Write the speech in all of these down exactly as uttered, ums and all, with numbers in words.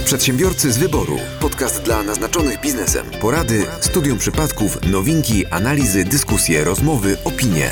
Przedsiębiorcy z wyboru. Podcast dla naznaczonych biznesem. Porady, studium przypadków, nowinki, analizy, dyskusje, rozmowy, opinie.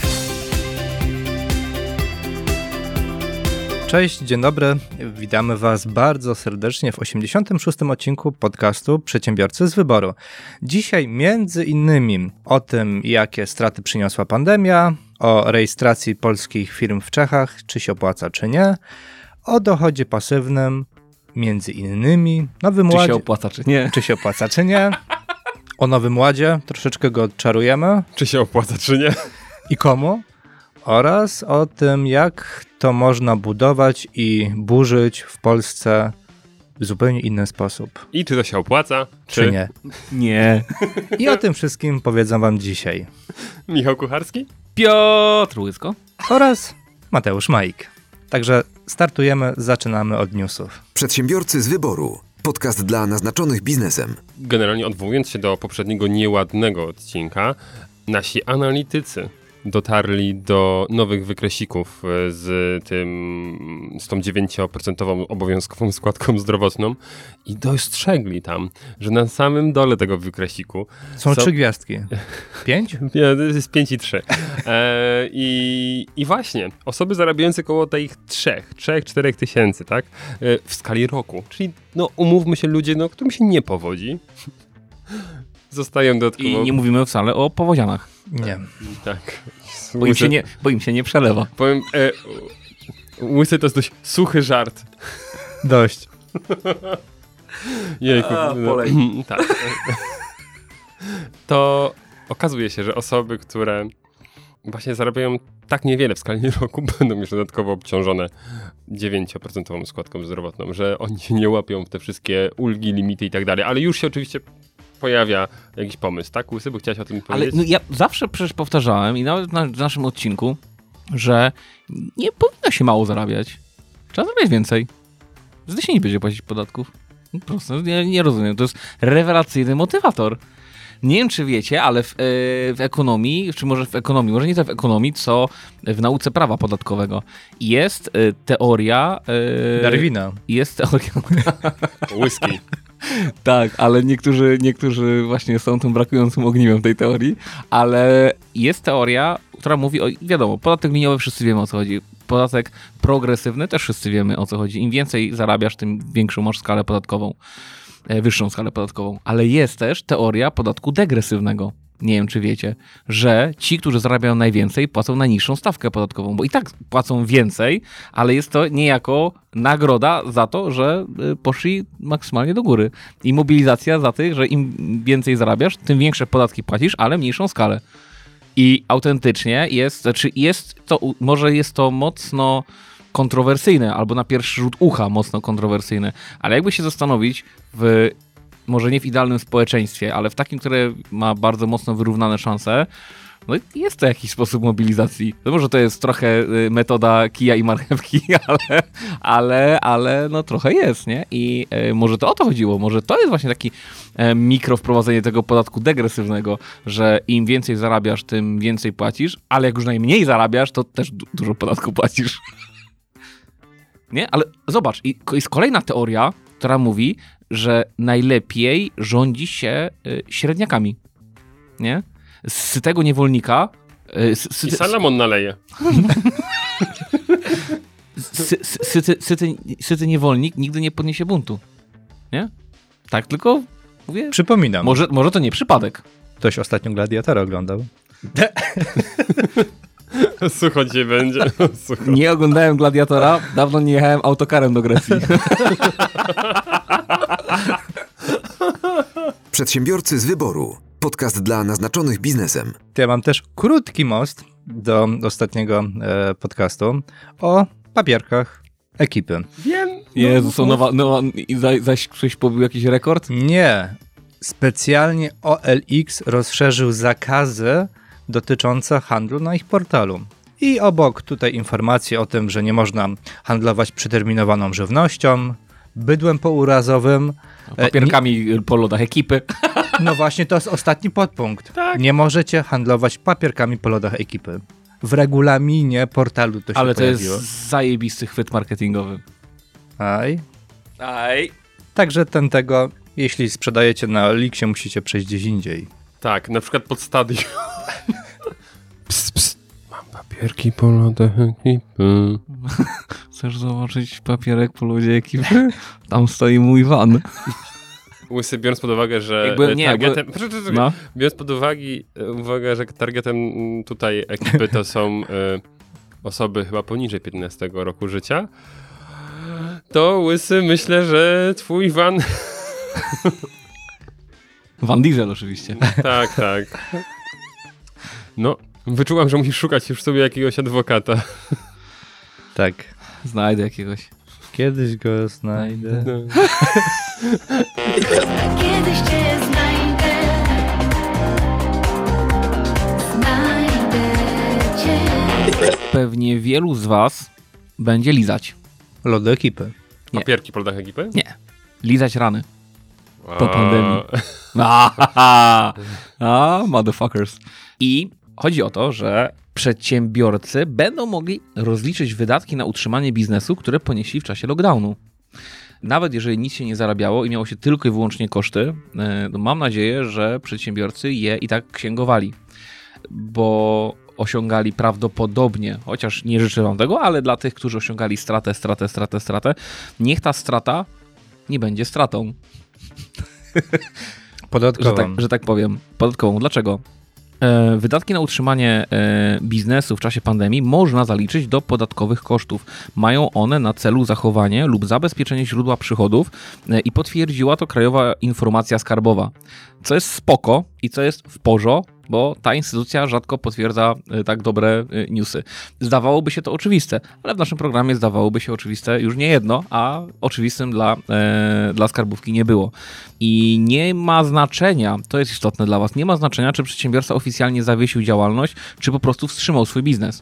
Cześć, dzień dobry. Witamy Was bardzo serdecznie w osiemdziesiątym szóstym odcinku podcastu Przedsiębiorcy z wyboru. Dzisiaj między innymi o tym, jakie straty przyniosła pandemia, o rejestracji polskich firm w Czechach, czy się opłaca, czy nie, o dochodzie pasywnym, między innymi, Nowym Ładzie. Czy się opłaca, czy nie? Czy się opłaca, czy nie. O Nowym Ładzie, troszeczkę go odczarujemy. Czy się opłaca, czy nie? I komu? Oraz o tym, jak to można budować i burzyć w Polsce w zupełnie inny sposób. I czy to się opłaca, Czy, czy nie. Nie. I o tym wszystkim powiedzą Wam dzisiaj. Michał Kucharski? Piotr Łysko. Oraz Mateusz Majk. Także startujemy, zaczynamy od newsów. Przedsiębiorcy z wyboru. Podcast dla naznaczonych biznesem. Generalnie odwołując się do poprzedniego nieładnego odcinka, nasi analitycy dotarli do nowych wykresików z tym, z tą dziewięcioprocentową obowiązkową składką zdrowotną i dostrzegli tam, że na samym dole tego wykresiku Są, są trzy gwiazdki. Pięć? Nie, to jest pięć i trzy. E, i, I właśnie, osoby zarabiające około tych trzech, trzech, czterech tysięcy, tak? E, w skali roku. Czyli, no, umówmy się, ludzie, no, którym się nie powodzi, zostają dodatkowo... I nie mówimy wcale o powozianach. Nie. Tak. Bo im się nie, bo im się nie przelewa. Powiem, e, łysy to jest dość suchy żart. Dość. Jejku. A, no, polej. Tak. To okazuje się, że osoby, które właśnie zarabiają tak niewiele w skali roku, będą już dodatkowo obciążone dziewięcioprocentową składką zdrowotną, że oni się nie łapią w te wszystkie ulgi, limity i tak dalej, ale już się oczywiście pojawia jakiś pomysł, tak, Łysy? Bo chciałeś o tym Ale powiedzieć? no, ja zawsze przecież powtarzałem i nawet na, w naszym odcinku, że nie powinno się mało zarabiać. Trzeba zarabiać więcej. Wtedy się nie będzie płacić podatków. No, proste, ja nie rozumiem. To jest rewelacyjny motywator. Nie wiem, czy wiecie, ale w, yy, w ekonomii, czy może w ekonomii, może nie tyle w ekonomii, co w nauce prawa podatkowego jest yy, teoria... Yy, Darwina. Jest teoria... Whisky. Tak, ale niektórzy, niektórzy właśnie są tym brakującym ogniwem tej teorii, ale jest teoria, która mówi o, wiadomo, podatek liniowy wszyscy wiemy, o co chodzi. Podatek progresywny też wszyscy wiemy, o co chodzi. Im więcej zarabiasz, tym większą masz skalę podatkową, wyższą skalę podatkową. Ale jest też teoria podatku degresywnego. Nie wiem, czy wiecie, że ci, którzy zarabiają najwięcej, płacą najniższą stawkę podatkową, bo i tak płacą więcej, ale jest to niejako nagroda za to, że poszli maksymalnie do góry. I mobilizacja za tych, że im więcej zarabiasz, tym większe podatki płacisz, ale mniejszą skalę. I autentycznie jest, znaczy jest to, może jest to mocno kontrowersyjne, albo na pierwszy rzut ucha mocno kontrowersyjne, ale jakby się zastanowić w może nie w idealnym społeczeństwie, ale w takim, które ma bardzo mocno wyrównane szanse, no jest to jakiś sposób mobilizacji. No może to jest trochę metoda kija i marchewki, ale, ale, ale no trochę jest, nie? I e, może to o to chodziło, może to jest właśnie taki e, mikro wprowadzenie tego podatku degresywnego, że im więcej zarabiasz, tym więcej płacisz, ale jak już najmniej zarabiasz, to też du- dużo podatku płacisz. Nie? Ale zobacz, i jest kolejna teoria, która mówi, że najlepiej rządzi się y, średniakami, nie? Z sytego niewolnika... Y, sy, I Salamon naleje. sy, sy, syty, syty, syty niewolnik nigdy nie podniesie buntu, nie? Tak, tylko mówię... Przypominam. Może, może to nie przypadek. Ktoś ostatnio Gladiatora oglądał. Sucho dzisiaj będzie. Sucho. Nie oglądałem Gladiatora, dawno nie jechałem autokarem do Grecji. Przedsiębiorcy z wyboru. Podcast dla naznaczonych biznesem. To ja mam też krótki most do ostatniego e, podcastu o papierkach ekipy. Wiem. Jezu, są nowa... nowa i za, zaś ktoś pobił jakiś rekord? Nie. Specjalnie O L X rozszerzył zakazy dotyczące handlu na ich portalu. I obok tutaj informacje o tym, że nie można handlować przeterminowaną żywnością, bydłem pourazowym. Papierkami e, po lodach ekipy. No właśnie, to jest ostatni podpunkt. Tak. Nie możecie handlować papierkami po lodach ekipy. W regulaminie portalu to się Ale to pojawiło. jest zajebisty chwyt marketingowy. Aj. Aj. Także ten tego, jeśli sprzedajecie na Elixie, musicie przejść gdzieś indziej. Tak, na przykład pod stadion. Psst, psst. Mam papierki po lodach ekipy. Chcesz zobaczyć papierek po ludzie ekipy? Tam stoi mój van. Łysy, biorąc pod uwagę, że Jakby, nie, targetem... jakby... No. Biorąc pod uwagę, uwagę, że targetem tutaj ekipy to są y, osoby chyba poniżej piętnastego roku życia, to Łysy, myślę, że twój van... Van Diesel oczywiście. Tak, tak. No, wyczułam, że musisz szukać już sobie jakiegoś adwokata. Tak. Znajdę jakiegoś. Kiedyś go znajdę. No. Kiedyś cię znajdę. Znajdę cię. Pewnie wielu z was będzie lizać. Lody ekipy. Nie. Papierki po lodach ekipy? Nie. Lizać rany. A... Po pandemii. A, a, motherfuckers. I chodzi o to, że przedsiębiorcy będą mogli rozliczyć wydatki na utrzymanie biznesu, które ponieśli w czasie lockdownu. Nawet jeżeli nic się nie zarabiało i miało się tylko i wyłącznie koszty, to mam nadzieję, że przedsiębiorcy je i tak księgowali, bo osiągali prawdopodobnie, chociaż nie życzę wam tego, ale dla tych, którzy osiągali stratę, stratę, stratę, stratę, niech ta strata nie będzie stratą. Podatkową. Że tak, że tak powiem. Podatkową. Dlaczego? E, wydatki na utrzymanie e, biznesu w czasie pandemii można zaliczyć do podatkowych kosztów. Mają one na celu zachowanie lub zabezpieczenie źródła przychodów e, i potwierdziła to Krajowa Informacja Skarbowa. Co jest spoko i co jest w porzo, bo ta instytucja rzadko potwierdza e, tak dobre e, newsy. Zdawałoby się to oczywiste, ale w naszym programie zdawałoby się oczywiste już nie jedno, a oczywistym dla, e, dla skarbówki nie było. I nie ma znaczenia, to jest istotne dla was, nie ma znaczenia, czy przedsiębiorca oficjalnie zawiesił działalność, czy po prostu wstrzymał swój biznes.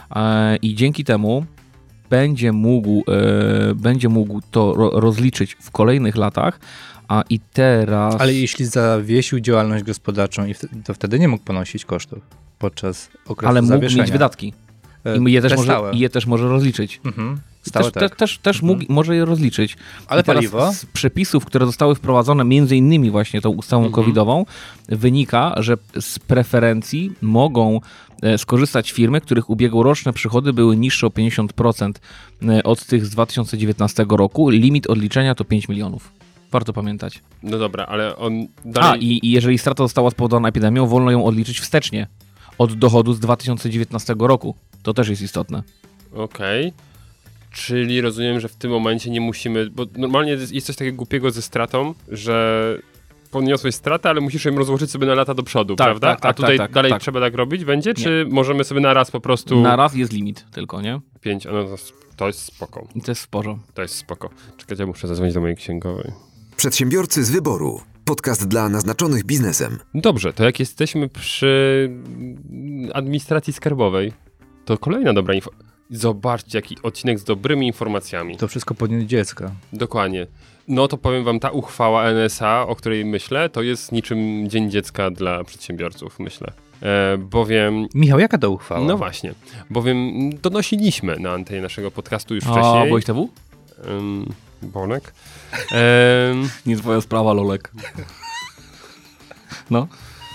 E, I dzięki temu będzie mógł, e, będzie mógł to ro, rozliczyć w kolejnych latach, a i teraz... Ale jeśli zawiesił działalność gospodarczą, i wtedy, to wtedy nie mógł ponosić kosztów podczas okresu Ale mógł zawieszenia. mieć wydatki. E, I je też, te może, stałe. je też może rozliczyć. Mhm. Stałe Też, tak. te, też, też Mhm. mógł, może je rozliczyć. Ale I teraz paliwo? z przepisów, które zostały wprowadzone między innymi właśnie tą ustawą Mhm. covidową, wynika, że z preferencji mogą e, skorzystać firmy, których ubiegłoroczne przychody były niższe o pięćdziesiąt procent e, od tych z dwa tysiące dziewiętnastego roku. Limit odliczenia to pięć milionów. Warto pamiętać. No dobra, ale on dalej... A, i, i jeżeli strata została spowodowana epidemią, wolno ją odliczyć wstecznie od dochodu z dwa tysiące dziewiętnastego roku. To też jest istotne. Okej. Czyli rozumiem, że w tym momencie nie musimy, bo normalnie jest coś takiego głupiego ze stratą, że poniosłeś stratę, ale musisz ją rozłożyć sobie na lata do przodu, Tak, prawda? tak, tak, A tutaj tak, tak, dalej tak. trzeba tak robić będzie, czy możemy sobie na raz po prostu... Na raz jest limit tylko, nie? Pięć, no to, to jest spoko, I to jest w porządku. to jest spoko. Czekajcie, muszę zadzwonić do mojej księgowej. Przedsiębiorcy z wyboru. Podcast dla naznaczonych biznesem. Dobrze, to jak jesteśmy przy administracji skarbowej, to kolejna dobra info... Zobaczcie, jaki odcinek z dobrymi informacjami. To wszystko po dniu dziecka. Dokładnie. No to powiem wam, ta uchwała N S A, o której myślę, to jest niczym Dzień Dziecka dla przedsiębiorców, myślę. E, bowiem... Michał, jaka to uchwała? No właśnie. Bowiem donosiliśmy na antenie naszego podcastu już O, wcześniej. byłeś T W? Um, Bonek. Um, Nie twoja sprawa, Lolek. No,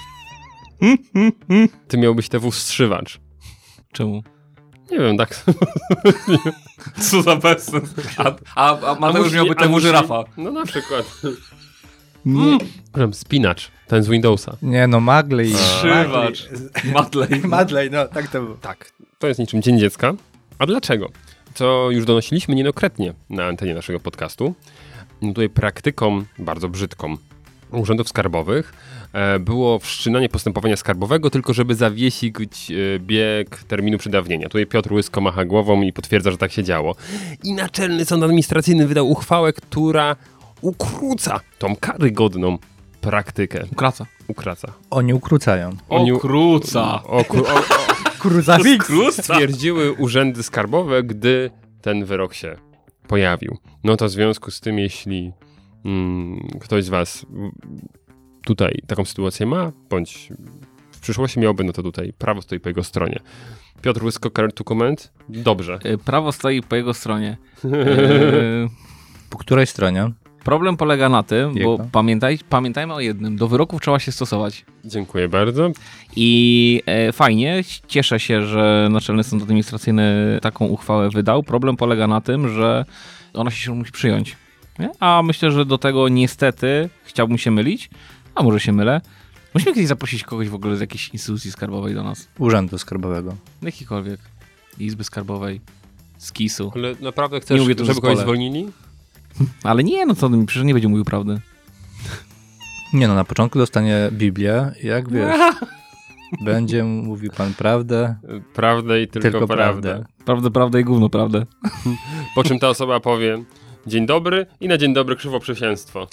ty miałbyś T W wstrzywacz. czemu? Nie wiem, tak. Co za bezsens. A, a, a Mateusz musi- miałby a temu musi- żyrafa. No na przykład. Nie. Mm. Spinacz. Ten z Windowsa. Nie no, Magley. Strzywacz. Madlej. Madley, no tak to było. Tak. To jest niczym Dzień Dziecka. A dlaczego? Co już donosiliśmy niejednokrotnie na antenie naszego podcastu. No tutaj praktyką bardzo brzydką urzędów skarbowych e, było wszczynanie postępowania skarbowego, tylko żeby zawiesić e, bieg terminu przedawnienia. Tutaj Piotr Łysko macha głową i potwierdza, że tak się działo. I Naczelny Sąd Administracyjny wydał uchwałę, która ukróca tą karygodną praktykę. Ukraca. Ukraca. Oni ukrócają. Oni- Okruca. O, ku- o, o, Kruzafix. stwierdziły urzędy skarbowe, gdy ten wyrok się pojawił. No to w związku z tym, jeśli mm, ktoś z was tutaj taką sytuację ma, bądź w przyszłości miałby, no to tutaj prawo stoi po jego stronie. Piotr Łysko, current to comment? Dobrze. Y, Prawo stoi po jego stronie. Y, Po której stronie? Problem polega na tym, Jego. bo pamiętaj, pamiętajmy o jednym, do wyroków trzeba się stosować. Dziękuję bardzo. I e, fajnie, cieszę się, że Naczelny Sąd Administracyjny taką uchwałę wydał. Problem polega na tym, że ona się musi przyjąć. Nie? A myślę, że do tego niestety chciałbym się mylić, a może się mylę. Musimy kiedyś zaprosić kogoś w ogóle z jakiejś instytucji skarbowej do nas. Urzędu Skarbowego. Jakikolwiek. Izby Skarbowej, z KiS-u. Ale naprawdę Nie chcesz, mówię tu w żeby kogoś zespole. zwolnili? Ale nie, no co, no, przecież nie będzie mówił prawdy. Nie no, na początku dostanie Biblię, jak wiesz, będzie mówił pan prawdę, Prawdę i tylko, tylko prawdę. prawdę. Prawdę, prawdę i gówno, prawdę. Po czym ta osoba powie dzień dobry i na dzień dobry krzywoprzysięstwo.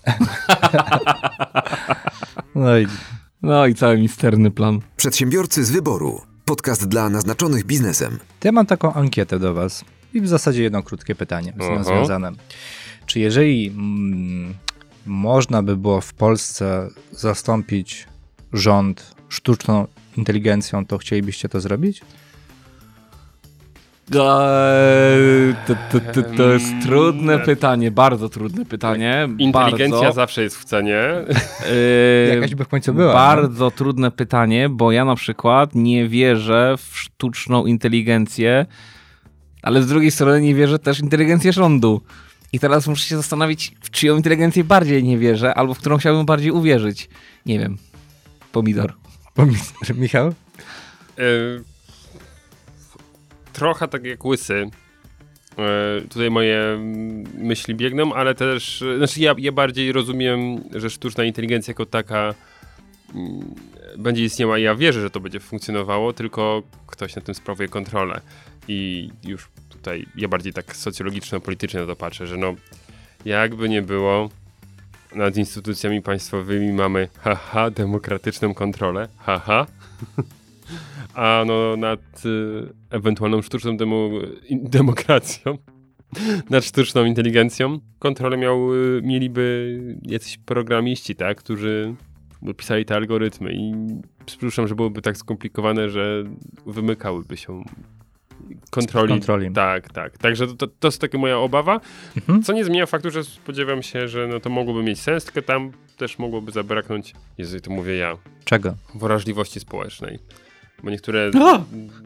No i No i cały misterny plan. Przedsiębiorcy z wyboru. Podcast dla naznaczonych biznesem. to ja mam taką ankietę do was i w zasadzie jedno krótkie pytanie z tym Aha. związane. Czy jeżeli mm, można by było w Polsce zastąpić rząd sztuczną inteligencją, to chcielibyście to zrobić? Eee, To, to, to, to jest Em, trudne nie. pytanie, bardzo trudne pytanie. Inteligencja bardzo, zawsze jest w cenie. eee, Jakaś by w końcu była. Bardzo trudne pytanie, bo ja na przykład nie wierzę w sztuczną inteligencję, ale z drugiej strony nie wierzę też w inteligencję rządu. I teraz muszę się zastanowić, w czyją inteligencję bardziej nie wierzę, albo w którą chciałbym bardziej uwierzyć. Nie wiem. Pomidor. Pomysł, Michał? Y, Trochę tak jak łysy. Y, Tutaj moje mm, myśli biegną, ale też, y, znaczy ja, ja bardziej rozumiem, że sztuczna inteligencja jako taka mm, będzie istniała i ja wierzę, że to będzie funkcjonowało, tylko ktoś nad tym sprawuje kontrolę. I już tutaj ja bardziej tak socjologiczno-politycznie na to patrzę, że no jakby nie było, nad instytucjami państwowymi mamy haha, demokratyczną kontrolę, haha, a no nad y, ewentualną sztuczną demo, in, demokracją, nad sztuczną inteligencją kontrolę miał, y, mieliby jacyś programiści, tak, którzy by pisali te algorytmy i przypuszczam, że byłoby tak skomplikowane, że wymykałyby się kontroli. Kontroli. Tak, tak. Także to, to, to jest taka moja obawa, Mhm. co nie zmienia faktu, że spodziewam się, że no to mogłoby mieć sens, tylko tam też mogłoby zabraknąć, jeżeli to mówię ja, Czego? wrażliwości społecznej. Bo niektóre... O!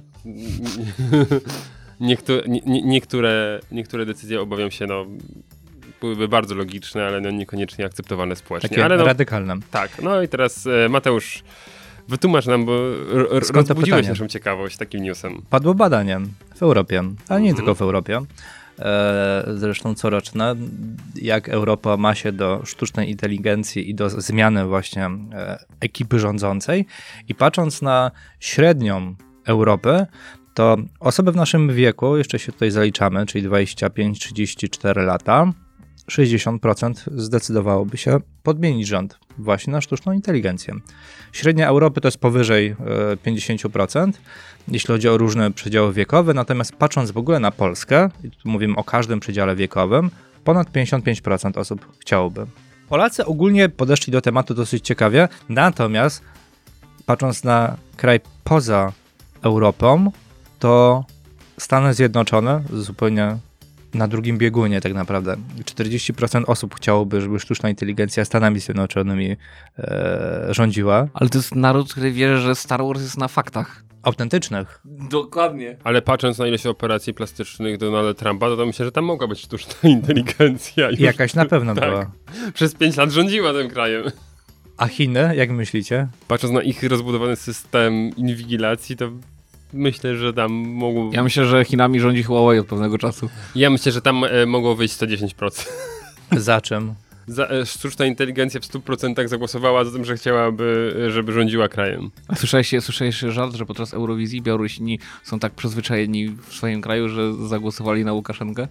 Niektóre, nie, nie- niektóre, niektóre decyzje, obawiam się, no byłyby bardzo logiczne, ale no niekoniecznie akceptowane społecznie. Takie ale no, radykalne. tak, no i teraz e, Mateusz, wytłumacz nam, bo r- r- Skąd to rozbudziłeś pytanie? naszą ciekawość takim newsem. Padło badanie w Europie, ale nie Mhm. tylko w Europie, e, zresztą coroczne, jak Europa ma się do sztucznej inteligencji i do zmiany właśnie e, ekipy rządzącej i patrząc na średnią Europy, to osoby w naszym wieku, jeszcze się tutaj zaliczamy, czyli dwadzieścia pięć trzydzieści cztery lata, sześćdziesiąt procent zdecydowałoby się podmienić rząd właśnie na sztuczną inteligencję. Średnia Europy to jest powyżej e, pięćdziesiąt procent, jeśli chodzi o różne przedziały wiekowe, natomiast patrząc w ogóle na Polskę, i tu mówimy o każdym przedziale wiekowym, ponad pięćdziesiąt pięć procent osób chciałoby. Polacy ogólnie podeszli do tematu dosyć ciekawie, natomiast patrząc na kraj poza Europą, to Stany Zjednoczone zupełnie na drugim biegunie tak naprawdę. czterdzieści procent osób chciałoby, żeby sztuczna inteligencja Stanami Zjednoczonymi e, rządziła. Ale to jest naród, który wierzy, że Star Wars jest na faktach. Autentycznych. Dokładnie. Ale patrząc na ilość operacji plastycznych Donalda Trumpa, to, to myślę, że tam mogła być sztuczna inteligencja. Już Jakaś na pewno tak. była. Przez pięć lat rządziła tym krajem. A Chiny, jak myślicie? Patrząc na ich rozbudowany system inwigilacji, to myślę, że tam mogło... Ja myślę, że Chinami rządzi Huawei od pewnego czasu. Ja myślę, że tam e, mogło wyjść sto dziesięć procent. Za czym? Za, e, sztuczna inteligencja w stu procentach zagłosowała za tym, że chciałaby, e, żeby rządziła krajem. A słyszałeś, słyszałeś żart, że podczas Eurowizji Białorusini są tak przyzwyczajeni w swoim kraju, że zagłosowali na Łukaszenkę?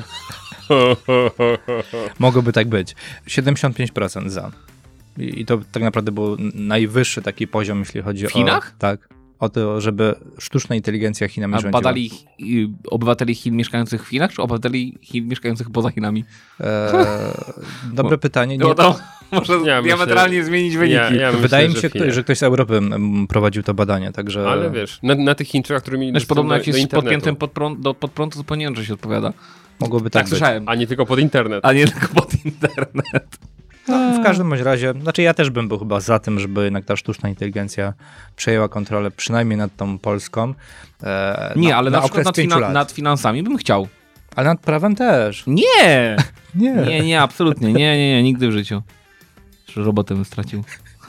Mogłoby tak być. siedemdziesiąt pięć procent za. I, I to tak naprawdę był najwyższy taki poziom, jeśli chodzi o... W Chinach? Tak. O to, żeby sztuczna inteligencja Chinami A rządziła. badali y, obywateli Chin mieszkających w Chinach, czy obywateli Chin mieszkających poza Chinami? Eee, dobre pytanie. Nie, No to- może Ja diametralnie myślę- zmienić wyniki. Ja, ja myślę, Wydaje mi że się, nie. ktoś, że ktoś z Europy mm, prowadził to badanie, także... Ale wiesz, na, na tych Chińczykach, którzy mieli Wiesz, dostęp podobno do, jak do jest internetu, podpiętym pod prąd, do, pod prąd, to powinien, że się odpowiada. Mogłoby Tak, tak być. słyszałem. a nie tylko pod internet. A nie tylko pod internet. No, w każdym bądź razie, znaczy ja też bym był chyba za tym, żeby jednak ta sztuczna inteligencja przejęła kontrolę przynajmniej nad tą Polską. E, Nie, na, ale na, na przykład okres nad, pięciu fina- lat. nad finansami bym chciał. Ale nad prawem też. Nie! Nie. Nie, nie, absolutnie. Nie, nie, nie, nigdy w życiu. Że robotę bym stracił.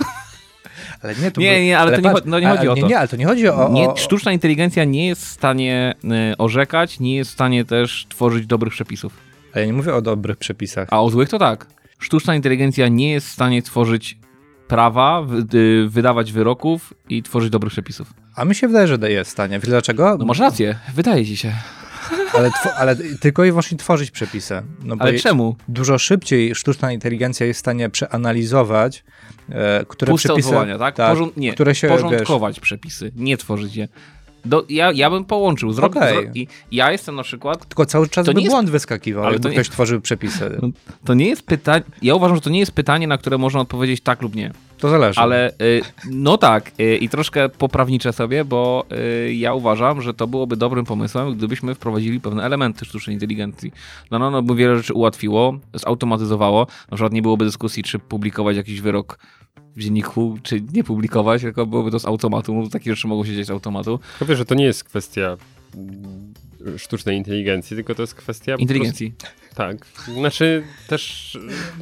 Ale nie, to Nie, by- nie, ale to nie patrz, cho- no nie ale- chodzi o nie, to. Nie, ale to nie chodzi o... Nie, o sztuczna inteligencja nie jest w stanie y, orzekać, nie jest w stanie też tworzyć dobrych przepisów. Ale ja nie mówię o dobrych przepisach. A o złych to tak. Sztuczna inteligencja nie jest w stanie tworzyć prawa, wy, y, wydawać wyroków i tworzyć dobrych przepisów. A mi się wydaje, że jest w stanie. Wiesz dlaczego? No masz rację, wydaje ci się. Ale, tw- ale tylko i wyłącznie tworzyć przepisy. No bo Ale je- czemu? Dużo szybciej sztuczna inteligencja jest w stanie przeanalizować, e, które Puste przepisy... odwołania, tak? Porząd- nie, które się, porządkować przepisy, nie tworzyć je. Do, ja, ja bym połączył. Zrobił, Okej. zro, i ja jestem na przykład... Tylko cały czas To by nie jest- błąd wyskakiwał, ale ale to nie- ktoś tworzył przepisy. To nie jest pytanie... Ja uważam, że to nie jest pytanie, na które można odpowiedzieć tak lub nie. To zależy. Ale y, no tak, y, i troszkę poprawniczę sobie, bo y, ja uważam, że to byłoby dobrym pomysłem, gdybyśmy wprowadzili pewne elementy sztucznej inteligencji. No, no, no bo wiele rzeczy ułatwiło, zautomatyzowało. Na przykład nie byłoby dyskusji, czy publikować jakiś wyrok w dzienniku, czy nie publikować, tylko byłoby to z automatu. No, takie rzeczy mogą się dziać z automatu. Tylko wiesz, że to nie jest kwestia mm, sztucznej inteligencji, tylko to jest kwestia... po Inteligencji. prostu- Tak. Znaczy też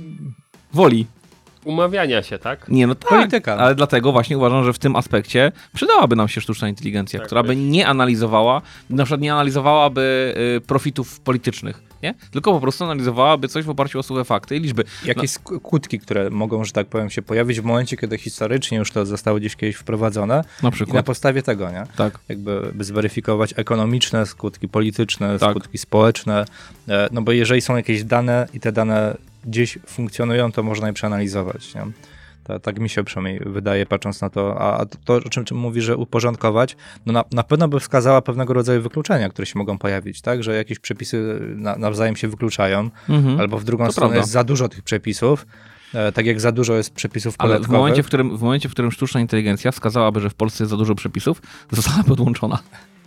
Woli. umawiania się, tak? Nie, no tak, Polityka. ale dlatego właśnie uważam, że w tym aspekcie przydałaby nam się sztuczna inteligencja, Tak, która by wiesz. nie analizowała, na przykład nie analizowałaby y, profitów politycznych, nie? Tylko po prostu analizowałaby coś w oparciu o suche fakty i liczby. Jakieś sk- kłódki, które mogą, że tak powiem, się pojawić w momencie, kiedy historycznie już to zostało gdzieś kiedyś wprowadzone Na i na przykład. podstawie tego, nie? Tak. Jakby by zweryfikować ekonomiczne skutki, polityczne, Tak. skutki społeczne, e, no bo jeżeli są jakieś dane i te dane gdzieś funkcjonują, to można je przeanalizować, nie? To, tak mi się przynajmniej wydaje, patrząc na to. A to, to o czym, czym mówi, że uporządkować, no na, na pewno by wskazała pewnego rodzaju wykluczenia, które się mogą pojawić, tak? Że jakieś przepisy na, nawzajem się wykluczają, Mhm. albo w drugą To stronę prawda. jest za dużo tych przepisów, e, tak jak za dużo jest przepisów Ale w podatkowych. momencie, w którym, w momencie, w którym sztuczna inteligencja wskazałaby, że w Polsce jest za dużo przepisów, zostałaby odłączona.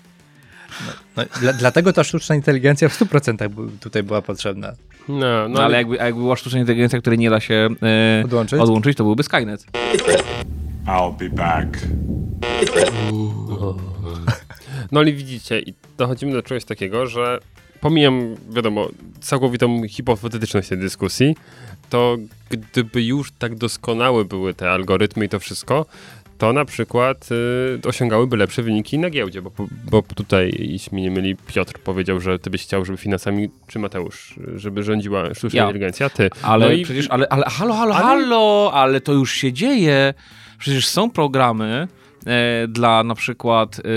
No, dla, dlatego ta sztuczna inteligencja w stu procentach bu- tutaj była potrzebna. No, no, No ale jakby, a jakby była sztuczna inteligencja, której nie da się e, Odłączyć? odłączyć, to byłby Skynet. I'll be back. No ale widzicie, i dochodzimy do czegoś takiego, że pomijam, wiadomo, całkowitą hipotetyczność tej dyskusji, to gdyby już tak doskonałe były te algorytmy i to wszystko, to na przykład y, osiągałyby lepsze wyniki na giełdzie, bo, bo tutaj, jeśli mnie nie myli, Piotr powiedział, że ty byś chciał, żeby finansami, czy Mateusz, żeby rządziła sztuczna Ja. inteligencja, ty. Ale no i przecież, ale, ale halo, halo, Ale- halo, ale to już się dzieje. Przecież są programy e, dla na przykład e,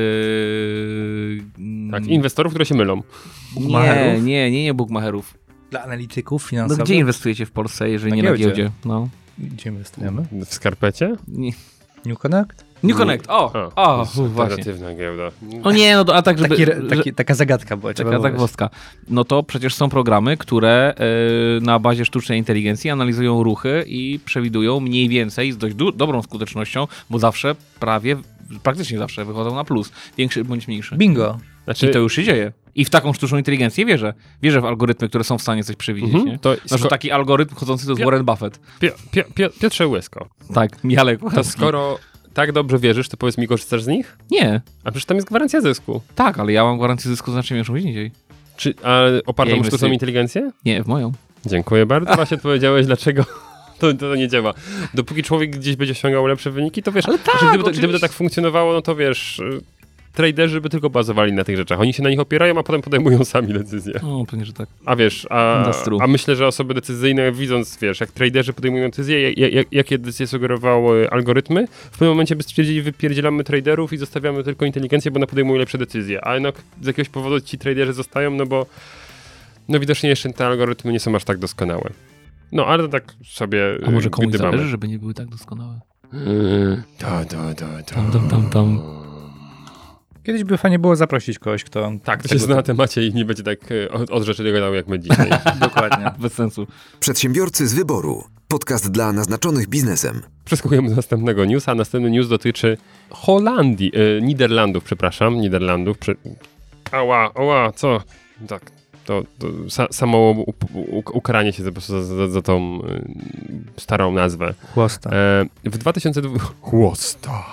tak, mm, inwestorów, które się mylą. nie, Bugmacherów? nie, nie, nie bugmacherów. Dla analityków No, finansowych. gdzie inwestujecie w Polsce, jeżeli Na nie giełdzie. na giełdzie? No. Gdzie inwestujemy? W skarpecie? Nie. New Connect? New Connect, o, A, o, to jest u, właśnie. alternatywna giełda. O nie, no to, a tak, żeby... Taki, re- że- taki, taka zagadka była. trzeba Taka było zagwozdka. No to przecież są programy, które y, na bazie sztucznej inteligencji analizują ruchy i przewidują mniej więcej z dość du- dobrą skutecznością, bo zawsze, prawie, praktycznie zawsze wychodzą na plus. Większy bądź mniejszy. Bingo. Znaczy, I to już się dzieje. I w taką sztuczną inteligencję wierzę. Wierzę w algorytmy, które są w stanie coś przewidzieć. Mhm, Nie? to Znaczy sko- taki algorytm chodzący to jest Pio- Warren Buffett. Pio, Pio, Pio, Piotrze Łysko, Tak, Michale to Kucharski. skoro tak dobrze wierzysz, to powiedz mi, korzystasz z nich? Nie, A przecież tam jest gwarancja zysku. tak, ale ja mam gwarancję zysku znacznie większą niż indziej. Czy, a opartą Ja o sztuczną inwestuję. inteligencję? Nie, w moją. Dziękuję bardzo. Właśnie odpowiedziałeś, dlaczego to, to nie działa. Dopóki człowiek gdzieś będzie osiągał lepsze wyniki, to wiesz, Ale tak, że gdyby, to, gdyby to oczywiście. tak funkcjonowało, no to wiesz, y, traderzy by tylko bazowali na tych rzeczach. Oni się na nich opierają, a potem podejmują sami decyzje. O, pewnie, że tak. A wiesz, a, That's true. a myślę, że osoby decyzyjne, widząc, wiesz, jak traderzy podejmują decyzje, jak, jak, jakie decyzje sugerowały algorytmy, w pewnym momencie by stwierdzili, wypierdzielamy traderów i zostawiamy tylko inteligencję, bo ona podejmuje lepsze decyzje. A jednak z jakiegoś powodu ci traderzy zostają, no bo no widocznie jeszcze te algorytmy nie są aż tak doskonałe. No, ale to tak sobie A może y, komuś gdybamy. zależy, żeby nie były tak doskonałe? Mm, to, to, to, to. Tam, tam, tam, tam. Kiedyś by fajnie było zaprosić kogoś, kto... Tak, to się tego zna na temacie i nie będzie tak y, od, od rzeczy gadał jak my dzisiaj. Dokładnie. Bez sensu. Przedsiębiorcy z wyboru. Podcast dla naznaczonych biznesem. Przeskakujemy do następnego newsa. Następny news dotyczy Holandii, e, Niderlandów, przepraszam, Niderlandów. Prze... Ała, ała, co? Tak, to, to sa, samo u, u, ukaranie się za, za, za, za tą y, starą nazwę. Chłosta. E, w dwa tysiące dwudziestym... Chłosta.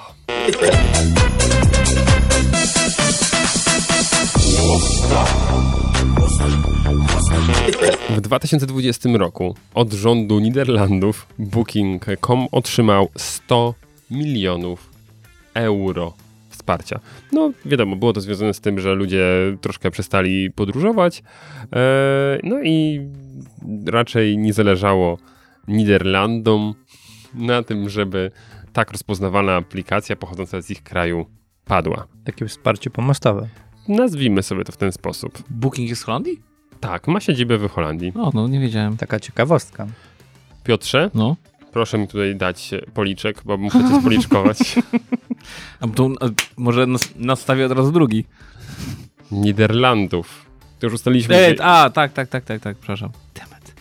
W dwa tysiące dwudziestym roku od rządu Niderlandów booking kropka com otrzymał sto milionów euro wsparcia. No wiadomo, było to związane z tym, że ludzie troszkę przestali podróżować, e, no i raczej nie zależało Niderlandom na tym, żeby tak rozpoznawana aplikacja pochodząca z ich kraju padła. Takie wsparcie pomostowe. Nazwijmy sobie to w ten sposób. Booking jest z Holandii? Tak, ma siedzibę w Holandii. O, no nie wiedziałem. Taka ciekawostka. Piotrze, No. proszę mi tutaj dać policzek, bo muszę cię spoliczkować. A to a, może nas, nastawię od razu drugi. Niderlandów. To już ustaliliśmy. E, że... a, tak, tak, tak, tak, tak, przepraszam. Demet.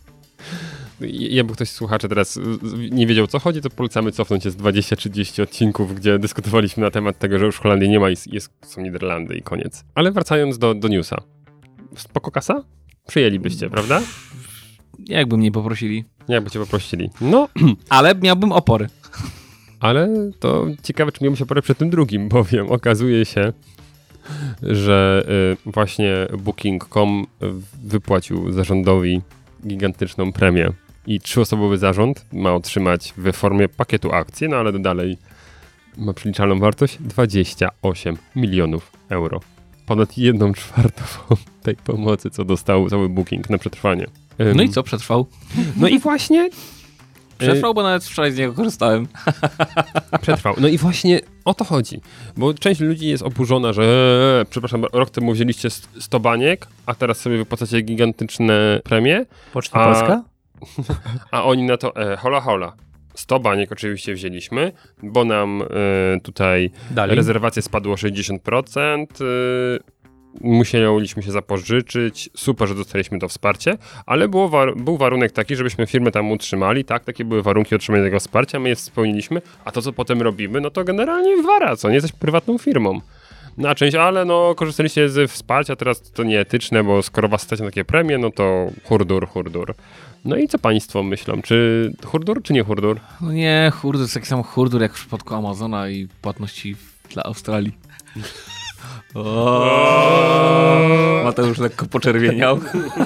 Jakby ktoś z słuchaczy teraz nie wiedział, o co chodzi, to polecamy cofnąć jest dwadzieścia trzydzieści odcinków, gdzie dyskutowaliśmy na temat tego, że już Holandii nie ma i jest, są Niderlandy i koniec. Ale wracając do, do newsa. Spoko kasa? Przyjęlibyście, prawda? Jakby mnie poprosili. Jakby cię poprosili. No, Ale miałbym opory. ale to ciekawe, czy miałbym się porę przed tym drugim, bowiem okazuje się, że y, właśnie booking kropka com wypłacił zarządowi gigantyczną premię i trzyosobowy zarząd ma otrzymać w formie pakietu akcji, no ale dalej ma przeliczalną wartość dwadzieścia osiem milionów euro. Ponad jedną czwartą tej pomocy, co dostał cały booking na przetrwanie. Ym, No i co, przetrwał? No i właśnie Przetrwał, bo nawet wczoraj z niego korzystałem. Przetrwał. No i właśnie o to chodzi. Bo część ludzi jest oburzona, że e, przepraszam, rok temu wzięliście sto baniek, a teraz sobie wypłacacie gigantyczne premie. Poczta A- Polska? A oni na to, e, hola hola. sto baniek oczywiście wzięliśmy, bo nam e, tutaj Dali. rezerwacje spadło o sześćdziesiąt procent. E, musieliśmy się zapożyczyć. Super, że dostaliśmy to wsparcie, ale było war- był warunek taki, żebyśmy firmę tam utrzymali. Tak, takie były warunki otrzymania tego wsparcia, my je spełniliśmy, a to, co potem robimy, no to generalnie wara, co nie jesteśmy prywatną firmą. Na część, ale no korzystaliście z wsparcia, teraz to nieetyczne, bo skoro was stać na takie premie, no to hurdur, hurdur. No i co państwo myślą? Czy hurdur, czy nie hurdur? No nie, hurdur to jest taki sam hurdur jak w przypadku Amazona i płatności w- dla Australii. O, Mateusz lekko poczerwieniał.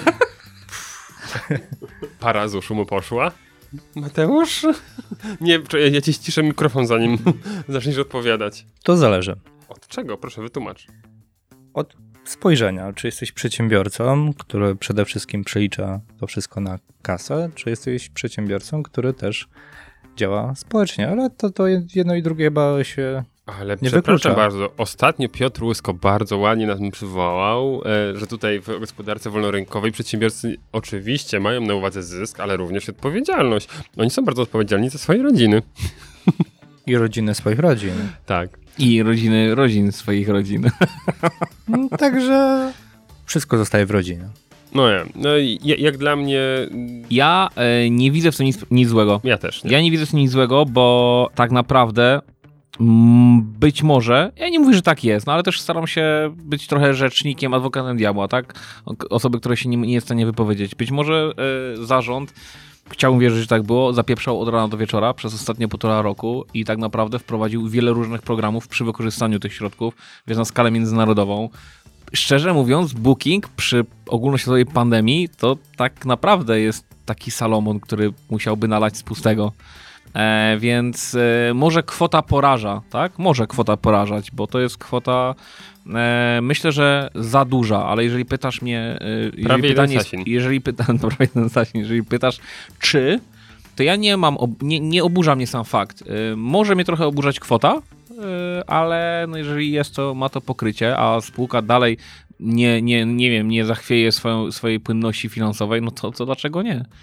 Para z uszu mu poszła. Mateusz? Nie, czekaj, ja ci ściszę mikrofon, zanim zaczniesz odpowiadać. To zależy. Od czego? Proszę, wytłumacz. Od spojrzenia. Czy jesteś przedsiębiorcą, który przede wszystkim przelicza to wszystko na kasę, czy jesteś przedsiębiorcą, który też działa społecznie. Ale to, to jedno i drugie chyba się... Ale Nie przepraszam wyklucza. bardzo, ostatnio Piotr Łysko bardzo ładnie nas przywołał, e, że tutaj w gospodarce wolnorynkowej przedsiębiorcy oczywiście mają na uwadze zysk, ale również odpowiedzialność. Oni są bardzo odpowiedzialni za swoje rodziny. I rodziny swoich rodzin. Tak. I rodziny, rodzin swoich rodzin. No, także wszystko zostaje w rodzinie. No ja, no i ja- jak dla mnie, Ja e, nie widzę w tym nic, nic złego. ja też, nie? Ja nie widzę w tym nic złego, bo tak naprawdę mm, być może, ja nie mówię, że tak jest, no ale też staram się być trochę rzecznikiem, adwokatem diabła, tak? O- Osoby, które się nie, nie jest w stanie wypowiedzieć. Być może e, zarząd, chciałbym wierzyć, że tak było, zapieprzał od rana do wieczora przez ostatnie półtora roku i tak naprawdę wprowadził wiele różnych programów przy wykorzystaniu tych środków, więc na skalę międzynarodową. Szczerze mówiąc, Booking przy ogólnoświatowej pandemii to tak naprawdę jest taki Salomon, który musiałby nalać z pustego. E, więc e, może kwota poraża, tak? Może kwota porażać, bo to jest kwota, e, myślę, że za duża, ale jeżeli pytasz mnie, e, jeżeli Prawie jeden pytanie jest, Sasin. jeżeli pyta, no, prawie jeden Sasin, jeżeli pytasz czy, to ja nie mam, ob, nie, nie oburza mnie sam fakt. E, może mnie trochę oburzać kwota, e, ale no jeżeli jest to, ma to pokrycie, a spółka dalej nie, nie, nie wiem, nie zachwieje swoją, swojej płynności finansowej, no to, to dlaczego nie?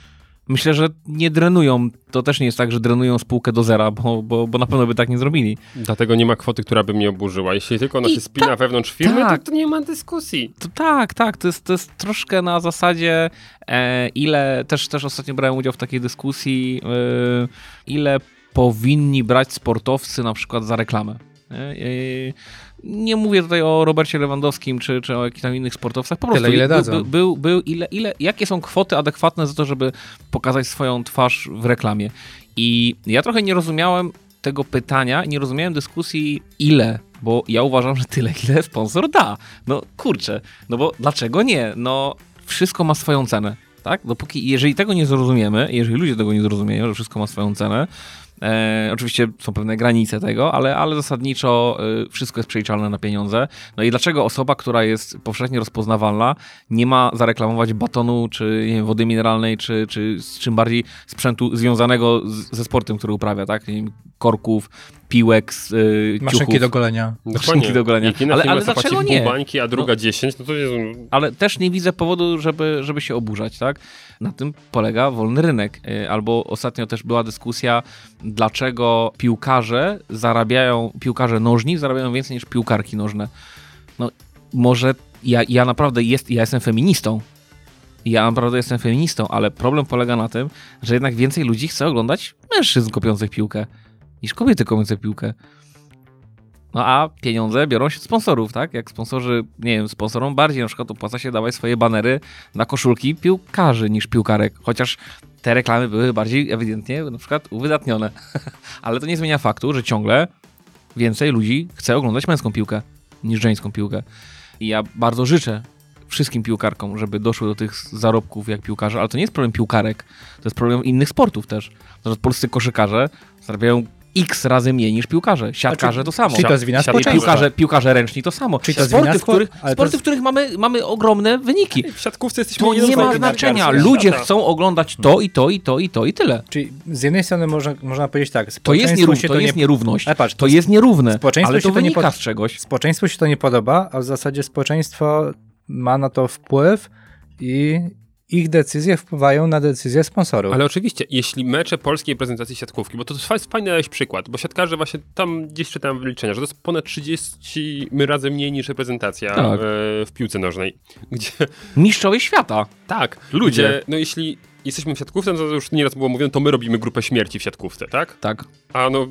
Myślę, że nie drenują, to też nie jest tak, że drenują spółkę do zera, bo, bo, bo na pewno by tak nie zrobili. Dlatego nie ma kwoty, która by mnie oburzyła. Jeśli tylko ona I się spina ta- wewnątrz firmy, tak. to, to nie ma dyskusji. To tak, tak, to jest, to jest troszkę na zasadzie, e, ile, też, też ostatnio brałem udział w takiej dyskusji, e, ile powinni brać sportowcy na przykład za reklamę. E, e, nie mówię tutaj o Robercie Lewandowskim, czy, czy o jakichś tam innych sportowcach, po prostu Tyle, ile był, dadzą. był, był, był ile, ile, jakie są kwoty adekwatne za to, żeby pokazać swoją twarz w reklamie. I ja trochę nie rozumiałem tego pytania, nie rozumiałem dyskusji ile, bo ja uważam, że tyle, ile sponsor da. No kurczę, no bo dlaczego nie? No wszystko ma swoją cenę, tak? Dopóki, jeżeli tego nie zrozumiemy, jeżeli ludzie tego nie zrozumieją, że wszystko ma swoją cenę, E, oczywiście są pewne granice tego, ale, ale zasadniczo e, wszystko jest przeliczalne na pieniądze. No i dlaczego osoba, która jest powszechnie rozpoznawalna, nie ma zareklamować batonu, czy nie wiem, wody mineralnej, czy, czy z czym bardziej sprzętu związanego z, ze sportem, który uprawia, tak? Nie wiem, korków, piłek, z, e, Maszynki ciuchów. do golenia. Maszynki do golenia. Jak jedna Ale- firma ale zapłaci dlaczego pół nie? bańki, a druga dziesięć, no to jest... Ale też nie widzę powodu, żeby, żeby się oburzać, tak? Na tym polega wolny rynek. Yy, Albo ostatnio też była dyskusja, dlaczego piłkarze zarabiają, piłkarze nożni zarabiają więcej niż piłkarki nożne. No może ja, ja naprawdę jest, ja jestem feministą. Ja naprawdę jestem feministą, ale problem polega na tym, że jednak więcej ludzi chce oglądać mężczyzn kopiących piłkę niż kobiety kopiące piłkę. No a pieniądze biorą się od sponsorów, tak? Jak sponsorzy, nie wiem, sponsorom bardziej na przykład opłaca się dawać swoje banery na koszulki piłkarzy niż piłkarek. Chociaż te reklamy były bardziej ewidentnie na przykład uwydatnione. Ale to nie zmienia faktu, że ciągle więcej ludzi chce oglądać męską piłkę niż żeńską piłkę. I ja bardzo życzę wszystkim piłkarkom, żeby doszły do tych zarobków jak piłkarze, ale to nie jest problem piłkarek, to jest problem innych sportów też. Na przykład polscy koszykarze zarabiają x razy mniej niż piłkarze. Siatkarze to samo. Czyli to jest wina Siat- społeczeństwa. Piłkarze, piłkarze ręczni to samo. Czyli to jest sporty, wina w których, spo- ale to sporty jest- w których mamy, mamy ogromne wyniki. W siatkówce jesteśmy To jedną nie z ma najlepszych znaczenia. piłkarskich Ludzie świata. chcą oglądać to i to i to i to i tyle. Czyli z jednej strony można, można powiedzieć tak, To jest, społeczeństwu nierów, się to to jest nie, nierówność. Ale patrz, to to jest nierówne, społeczeństwu ale to się to nie wynika pod- z czegoś. społeczeństwu się to nie podoba, a w zasadzie społeczeństwo ma na to wpływ i ich decyzje wpływają na decyzje sponsorów. Ale oczywiście, jeśli mecze polskiej reprezentacji siatkówki, bo to jest fajny dałeś przykład, bo siatkarze właśnie tam gdzieś czytałem wyliczenia, że to jest ponad trzydzieści razy mniej niż reprezentacja Tak. e, w piłce nożnej. Gdzie Mistrzowie świata. tak, Ludzie. Gdzie, no jeśli jesteśmy w siatkówce, no to już nieraz było mówione, to my robimy grupę śmierci w siatkówce, tak? Tak. A no,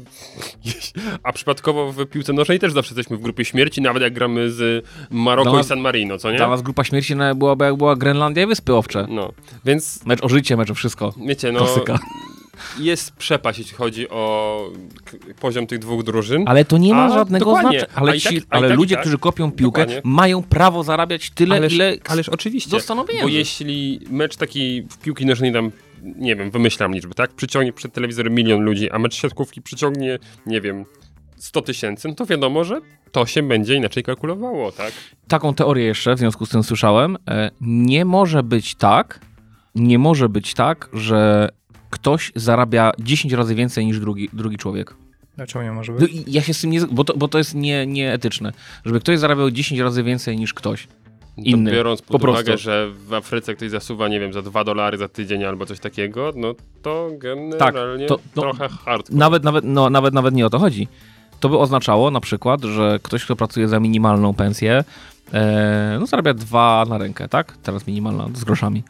a przypadkowo w piłce nożnej też zawsze jesteśmy w grupie śmierci, nawet jak gramy z Maroko Dla i nas- San Marino, co nie? Dla nas grupa śmierci na- byłaby jak była Grenlandia i Wyspy Owcze. No, więc Mecz o życie, mecz o wszystko. wiecie, no, Klasyka. jest przepaść, jeśli chodzi o k- poziom tych dwóch drużyn. Ale to nie ma A, żadnego dokładnie. znaczenia. Ale, A i tak- ci, a i ale tak, i ludzie, tak. którzy kopią piłkę, Dokładnie. mają prawo zarabiać tyle, Ależ, ile ależ oczywiście, dostaną pieniędzy. bo jeśli mecz taki w piłki nożnej tam, nie wiem, wymyślam liczby, tak? Przyciągnie przed telewizorem milion ludzi, a mecz siatkówki przyciągnie, nie wiem, sto tysięcy, no to wiadomo, że to się będzie inaczej kalkulowało, tak? Taką teorię jeszcze w związku z tym słyszałem. E, Nie może być tak, nie może być tak, że ktoś zarabia dziesięć razy więcej niż drugi, drugi człowiek. Dlaczego nie może No, być? i ja się z tym nie... z- Bo to, bo to jest nie, nieetyczne. Żeby ktoś zarabiał dziesięć razy więcej niż ktoś. To Inny. biorąc pod Po uwagę, prostu. że w Afryce ktoś zasuwa, nie wiem, za dwa dolary za tydzień albo coś takiego, no to generalnie to- no, trochę hardcore. Nawet, nawet, no, nawet, nawet nie o to chodzi. To by oznaczało na przykład, że ktoś, kto pracuje za minimalną pensję, e, no zarabia dwa na rękę, tak? Teraz minimalna, z groszami.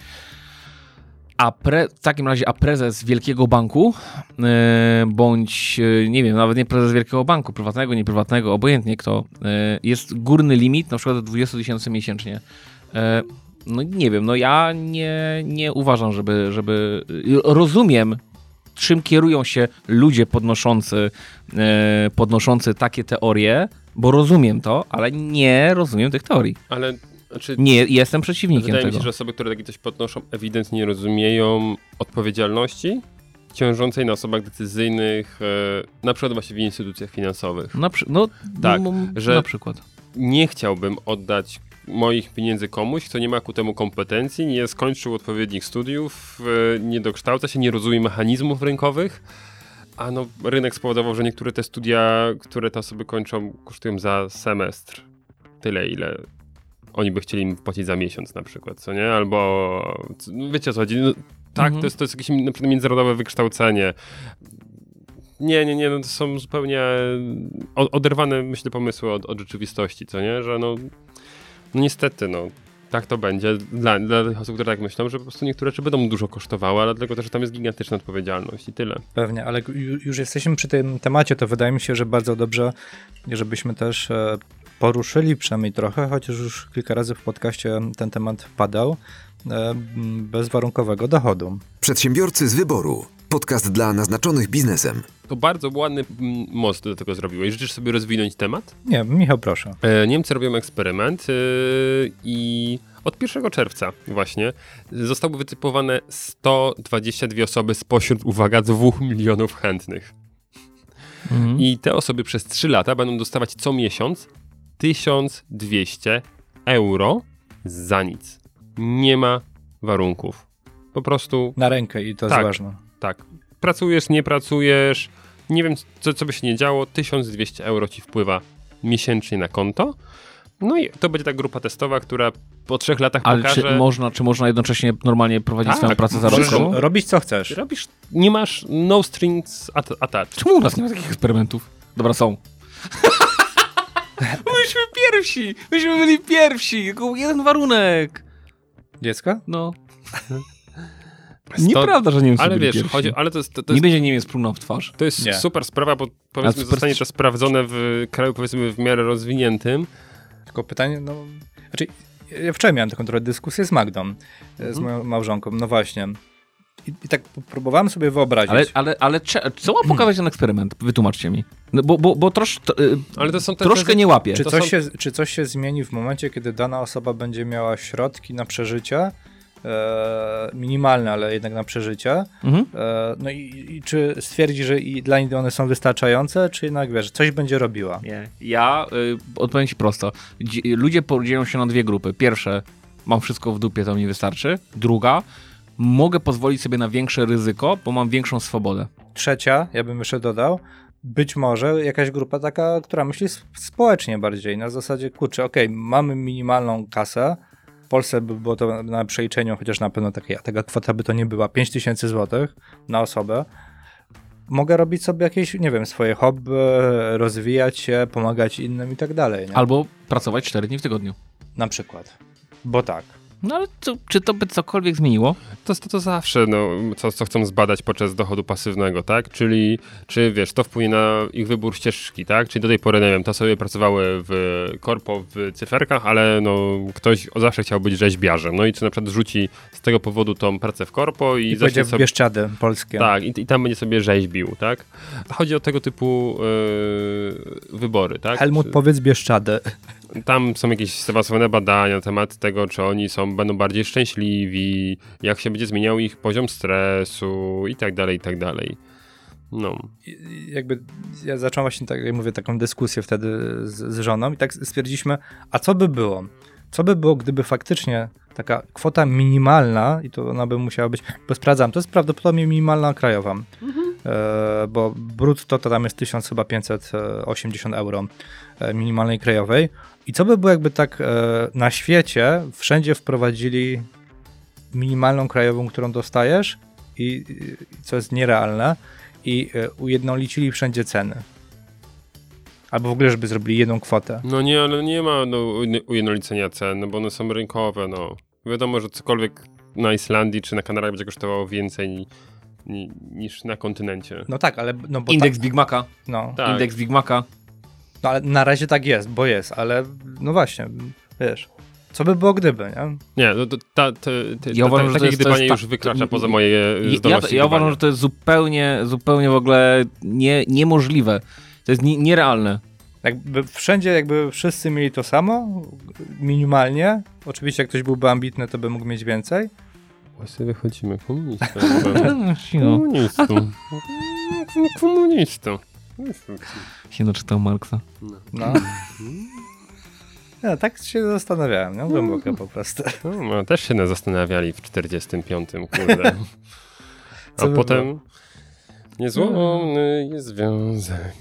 A pre, w takim razie, a prezes wielkiego banku, e, bądź, e, nie wiem, nawet nie prezes wielkiego banku, prywatnego, nieprywatnego, obojętnie kto, e, jest górny limit, na przykład dwadzieścia tysięcy miesięcznie. E, no nie wiem, no ja nie, nie uważam, żeby, żeby... Rozumiem, czym kierują się ludzie podnoszący, e, podnoszący takie teorie, bo rozumiem to, ale nie rozumiem tych teorii. Ale, znaczy, Nie, jestem przeciwnikiem wydaje mi tego. się, że osoby, które takie coś podnoszą, ewidentnie nie rozumieją odpowiedzialności ciążącej na osobach decyzyjnych, e, na przykład właśnie w instytucjach finansowych. Na przy... No, Tak, m- że- na przykład. Nie chciałbym oddać moich pieniędzy komuś, kto nie ma ku temu kompetencji, nie skończył odpowiednich studiów, e, nie dokształca się, nie rozumie mechanizmów rynkowych, a no rynek spowodował, że niektóre te studia, które te osoby kończą, kosztują za semestr tyle, ile oni by chcieli im płacić za miesiąc na przykład, co nie? Albo, no wiecie o co chodzi, no, Tak, Mhm. to, jest, to jest jakieś na przykład międzynarodowe wykształcenie. Nie, nie, nie, no to są zupełnie o- oderwane, myślę, pomysły od, od rzeczywistości, co nie? Że no, no niestety, no, tak to będzie dla, dla tych osób, które tak myślą, że po prostu niektóre rzeczy będą dużo kosztowały, ale dlatego też, że tam jest gigantyczna odpowiedzialność i tyle. Pewnie, ale ju- już jesteśmy przy tym temacie, to wydaje mi się, że bardzo dobrze, żebyśmy też e, poruszyli przynajmniej trochę, chociaż już kilka razy w podcaście ten temat padał, e, m, bezwarunkowego dochodu. Przedsiębiorcy z wyboru. Podcast dla naznaczonych biznesem. To bardzo ładny mm, most do tego zrobiłeś. Życzysz sobie rozwinąć temat? Nie, Michał, proszę. E, Niemcy robią eksperyment yy, i od pierwszego czerwca właśnie zostały wytypowane sto dwadzieścia dwie osoby spośród, uwaga, dwóch milionów chętnych. Mhm. I te osoby przez trzy lata będą dostawać co miesiąc tysiąc dwieście euro za nic. Nie ma warunków. Po prostu Na rękę i to Tak. jest ważne. tak. Pracujesz, nie pracujesz, nie wiem co, co by się nie działo, tysiąc dwieście euro ci wpływa miesięcznie na konto. No i to będzie ta grupa testowa, która po trzech latach Ale pokaże... czy można, czy można jednocześnie normalnie prowadzić Tak, swoją pracę możesz- zarobkową? Robić co chcesz. Robisz, nie masz no strings at- attached. Czemu u nas nie ma takich eksperymentów? Dobra, są. Myśmy pierwsi! Myśmy byli pierwsi! Tylko był jeden warunek! Dziecko? No. Sto- Nieprawda, że Niemcy Ale byli wiesz, pierwsi. chodzi, ale to jest, to, to Nie jest, będzie Niemiec plunął w twarz. to jest Nie. super sprawa, bo powiedzmy super- zostanie to sprawdzone w kraju powiedzmy w miarę rozwiniętym. Tylko pytanie, no... Znaczy, ja wczoraj miałem taką trochę dyskusję z Magdą, e, z Mhm. moją małżonką, no właśnie. I, i tak próbowałem sobie wyobrazić. Ale, ale, ale cze, co ma pokazać ten eksperyment? Wytłumaczcie mi. No bo, bo, bo trosz, to, y, Ale to są te troszkę te- nie łapie. Czy to coś, są- się, czy coś się zmieni w momencie, kiedy dana osoba będzie miała środki na przeżycie, e, minimalne, ale jednak na przeżycie, Mhm. e, no i, i czy stwierdzi, że i dla niej one są wystarczające, czy jednak, wiesz, coś będzie robiła? Nie. Ja y, odpowiem ci prosto. Dzi- ludzie podzielą się na dwie grupy. Pierwsze, mam wszystko w dupie, to mi wystarczy. Druga, mogę pozwolić sobie na większe ryzyko, bo mam większą swobodę. Trzecia, ja bym jeszcze dodał, być może jakaś grupa taka, która myśli sp- społecznie bardziej, na zasadzie, kurczę, okej, mamy minimalną kasę, w Polsce by było to na przeliczeniu, chociaż na pewno taka, taka kwota by to nie była, pięć tysięcy złotych na osobę. Mogę robić sobie jakieś, nie wiem, swoje hobby, rozwijać się, pomagać innym i tak dalej, nie? Albo pracować cztery dni w tygodniu. Na przykład. Bo tak. No ale co, czy to by cokolwiek zmieniło? To, to, to zawsze, no, co, co chcą zbadać podczas dochodu pasywnego, tak? Czyli, czy wiesz, to wpłynie na ich wybór ścieżki, tak? Czyli do tej pory, nie wiem, to sobie pracowały w korpo, w cyferkach, ale no, ktoś zawsze chciał być rzeźbiarzem. No i czy na przykład rzuci z tego powodu tą pracę w korpo i, I zacznie będzie w sobie... Bieszczady polskie. Tak, i, i tam będzie sobie rzeźbił, tak? Chodzi o tego typu yy, wybory, tak? Helmut, Czy- powiedz Bieszczady. Tam są jakieś zaawansowane badania na temat tego, czy oni są, będą bardziej szczęśliwi, jak się będzie zmieniał ich poziom stresu i tak dalej, i tak dalej. No. I- jakby ja zacząłem właśnie, tak jak mówię, taką dyskusję wtedy z, z żoną i tak stwierdziliśmy, a co by było? Co by było, gdyby faktycznie taka kwota minimalna, i to ona by musiała być, bo sprawdzam, to jest prawdopodobnie minimalna krajowa, e, bo brutto to tam jest tysiąc pięćset osiemdziesiąt euro e, minimalnej krajowej. I co by było, jakby tak e, na świecie wszędzie wprowadzili minimalną krajową, którą dostajesz i, i co jest nierealne, i e, ujednolicili wszędzie ceny. Albo w ogóle, żeby zrobili jedną kwotę. No nie, ale nie ma no, ujedno- ujednolicenia cen, no bo one są rynkowe, no. Wiadomo, że cokolwiek na Islandii czy na Kanarach będzie kosztowało więcej ni, ni, niż na kontynencie. No tak, ale no bo Indeks tak, Big Maca. no, Tak. Indeks Big Maca. no, ale na razie tak jest, bo jest, ale no właśnie, wiesz, co by było gdyby, nie? Nie, no to ta, ta, ta, Ja uważam, że ta, to takie jest- to gdybanie jest już ta- wykracza to- poza moje Ja, ja, zdolności. ja uważam, gdybania. że to jest zupełnie, zupełnie w ogóle nie, niemożliwe. To jest nie, nierealne. Jakby wszędzie jakby wszyscy mieli to samo, minimalnie, oczywiście jak ktoś byłby ambitny, to by mógł mieć więcej. Właśnie wychodzimy komunistą. No. Komunistą. Komunistą. Się doczytał Marksa. No. Ja, tak się zastanawiałem, no, głęboko po prostu. No, no, też się nas zastanawiali w czterdziestym piątym, kurde. Co A by potem niezłomny jest związek.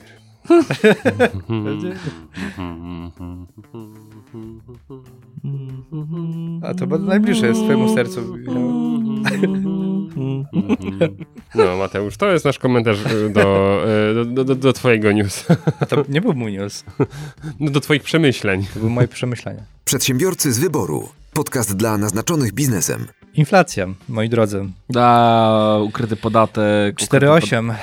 A to bardzo najbliższe jest twojemu sercu. Mhm. No Mateusz, to jest nasz komentarz do, do, do, do twojego newsa. A to nie był mój news, No do twoich przemyśleń. to były moje przemyślenia. Przedsiębiorcy z wyboru. Podcast dla naznaczonych biznesem. Inflacja, moi drodzy. Da, ukryty podatek. cztery przecinek osiem.